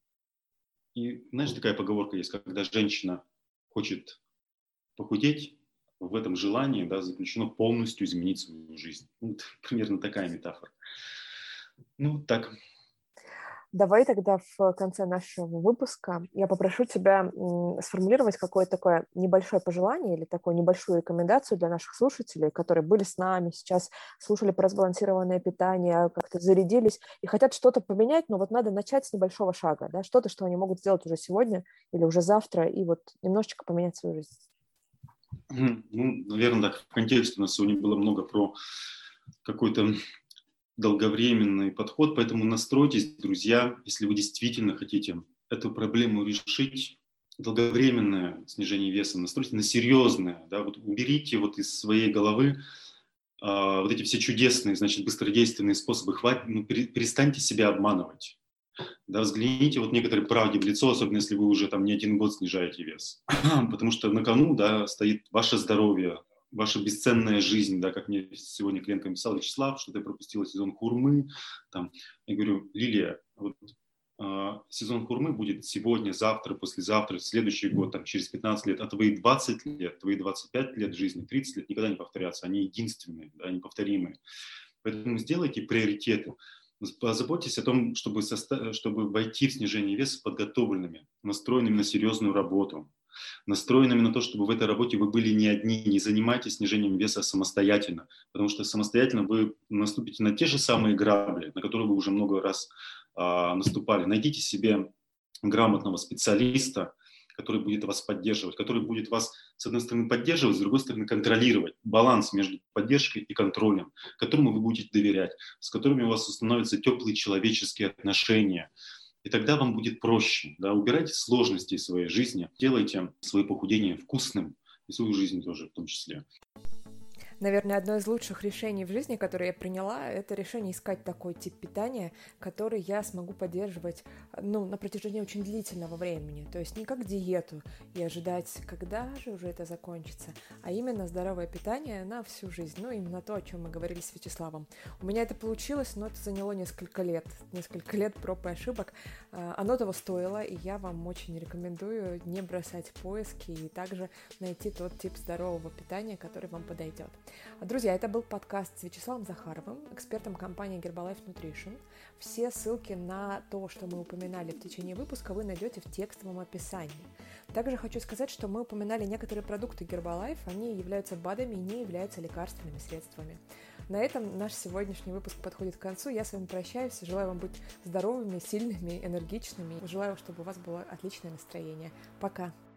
И, знаешь, такая поговорка есть, когда женщина хочет похудеть, в этом желании, да, заключено полностью изменить свою жизнь. Ну, примерно такая метафора. Ну, так. Давай тогда в конце нашего выпуска я попрошу тебя сформулировать какое-то такое небольшое пожелание или такую небольшую рекомендацию для наших слушателей, которые были с нами, сейчас слушали про сбалансированное питание, как-то зарядились и хотят что-то поменять, но вот надо начать с небольшого шага, да, что-то, что они могут сделать уже сегодня или уже завтра и вот немножечко поменять свою жизнь. Ну, наверное, так, в контексте у нас сегодня было много про какой-то долговременный подход, поэтому настройтесь, друзья, если вы действительно хотите эту проблему решить, долговременное снижение веса, настройте на серьезное, да, вот уберите вот из своей головы а, вот эти все чудесные, значит, быстродейственные способы, хватит, ну, пере- перестаньте себя обманывать, да, взгляните вот некоторой правде в лицо, особенно если вы уже там не один год снижаете вес, потому что на кону, да, стоит ваше здоровье, ваша бесценная жизнь, да, как мне сегодня клиентка написал: Вячеслав, что ты пропустила сезон хурмы, там, я говорю: Лилия, вот, а, сезон хурмы будет сегодня, завтра, послезавтра, в следующий год, там, через пятнадцать лет, а твои двадцать лет, твои двадцать пять лет жизни, тридцать лет никогда не повторятся, они единственные, да, неповторимые. Поэтому сделайте приоритеты. Позаботьтесь о том, чтобы, соста- чтобы войти в снижение веса подготовленными, настроенными на серьезную работу, настроенными на то, чтобы в этой работе вы были не одни, не занимайтесь снижением веса самостоятельно, потому что самостоятельно вы наступите на те же самые грабли, на которые вы уже много раз а, наступали. Найдите себе грамотного специалиста, который будет вас поддерживать, который будет вас, с одной стороны, поддерживать, с другой стороны, контролировать. Баланс между поддержкой и контролем, которому вы будете доверять, с которыми у вас установятся теплые человеческие отношения. И тогда вам будет проще. Да? Убирайте сложности из своей жизни, делайте свое похудение вкусным, и свою жизнь тоже в том числе. Наверное, одно из лучших решений в жизни, которое я приняла, это решение искать такой тип питания, который я смогу поддерживать, ну, на протяжении очень длительного времени. То есть не как диету и ожидать, когда же уже это закончится, а именно здоровое питание на всю жизнь. Ну, именно то, о чем мы говорили с Вячеславом. У меня это получилось, но это заняло несколько лет. Несколько лет проб и ошибок. Оно того стоило, и я вам очень рекомендую не бросать поиски и также найти тот тип здорового питания, который вам подойдет. Друзья, это был подкаст с Вячеславом Захаровым, экспертом компании Herbalife Nutrition. Все ссылки на то, что мы упоминали в течение выпуска, вы найдете в текстовом описании. Также хочу сказать, что мы упоминали некоторые продукты Herbalife, они являются БАДами и не являются лекарственными средствами. На этом наш сегодняшний выпуск подходит к концу. Я с вами прощаюсь, желаю вам быть здоровыми, сильными, энергичными. Желаю, чтобы у вас было отличное настроение. Пока!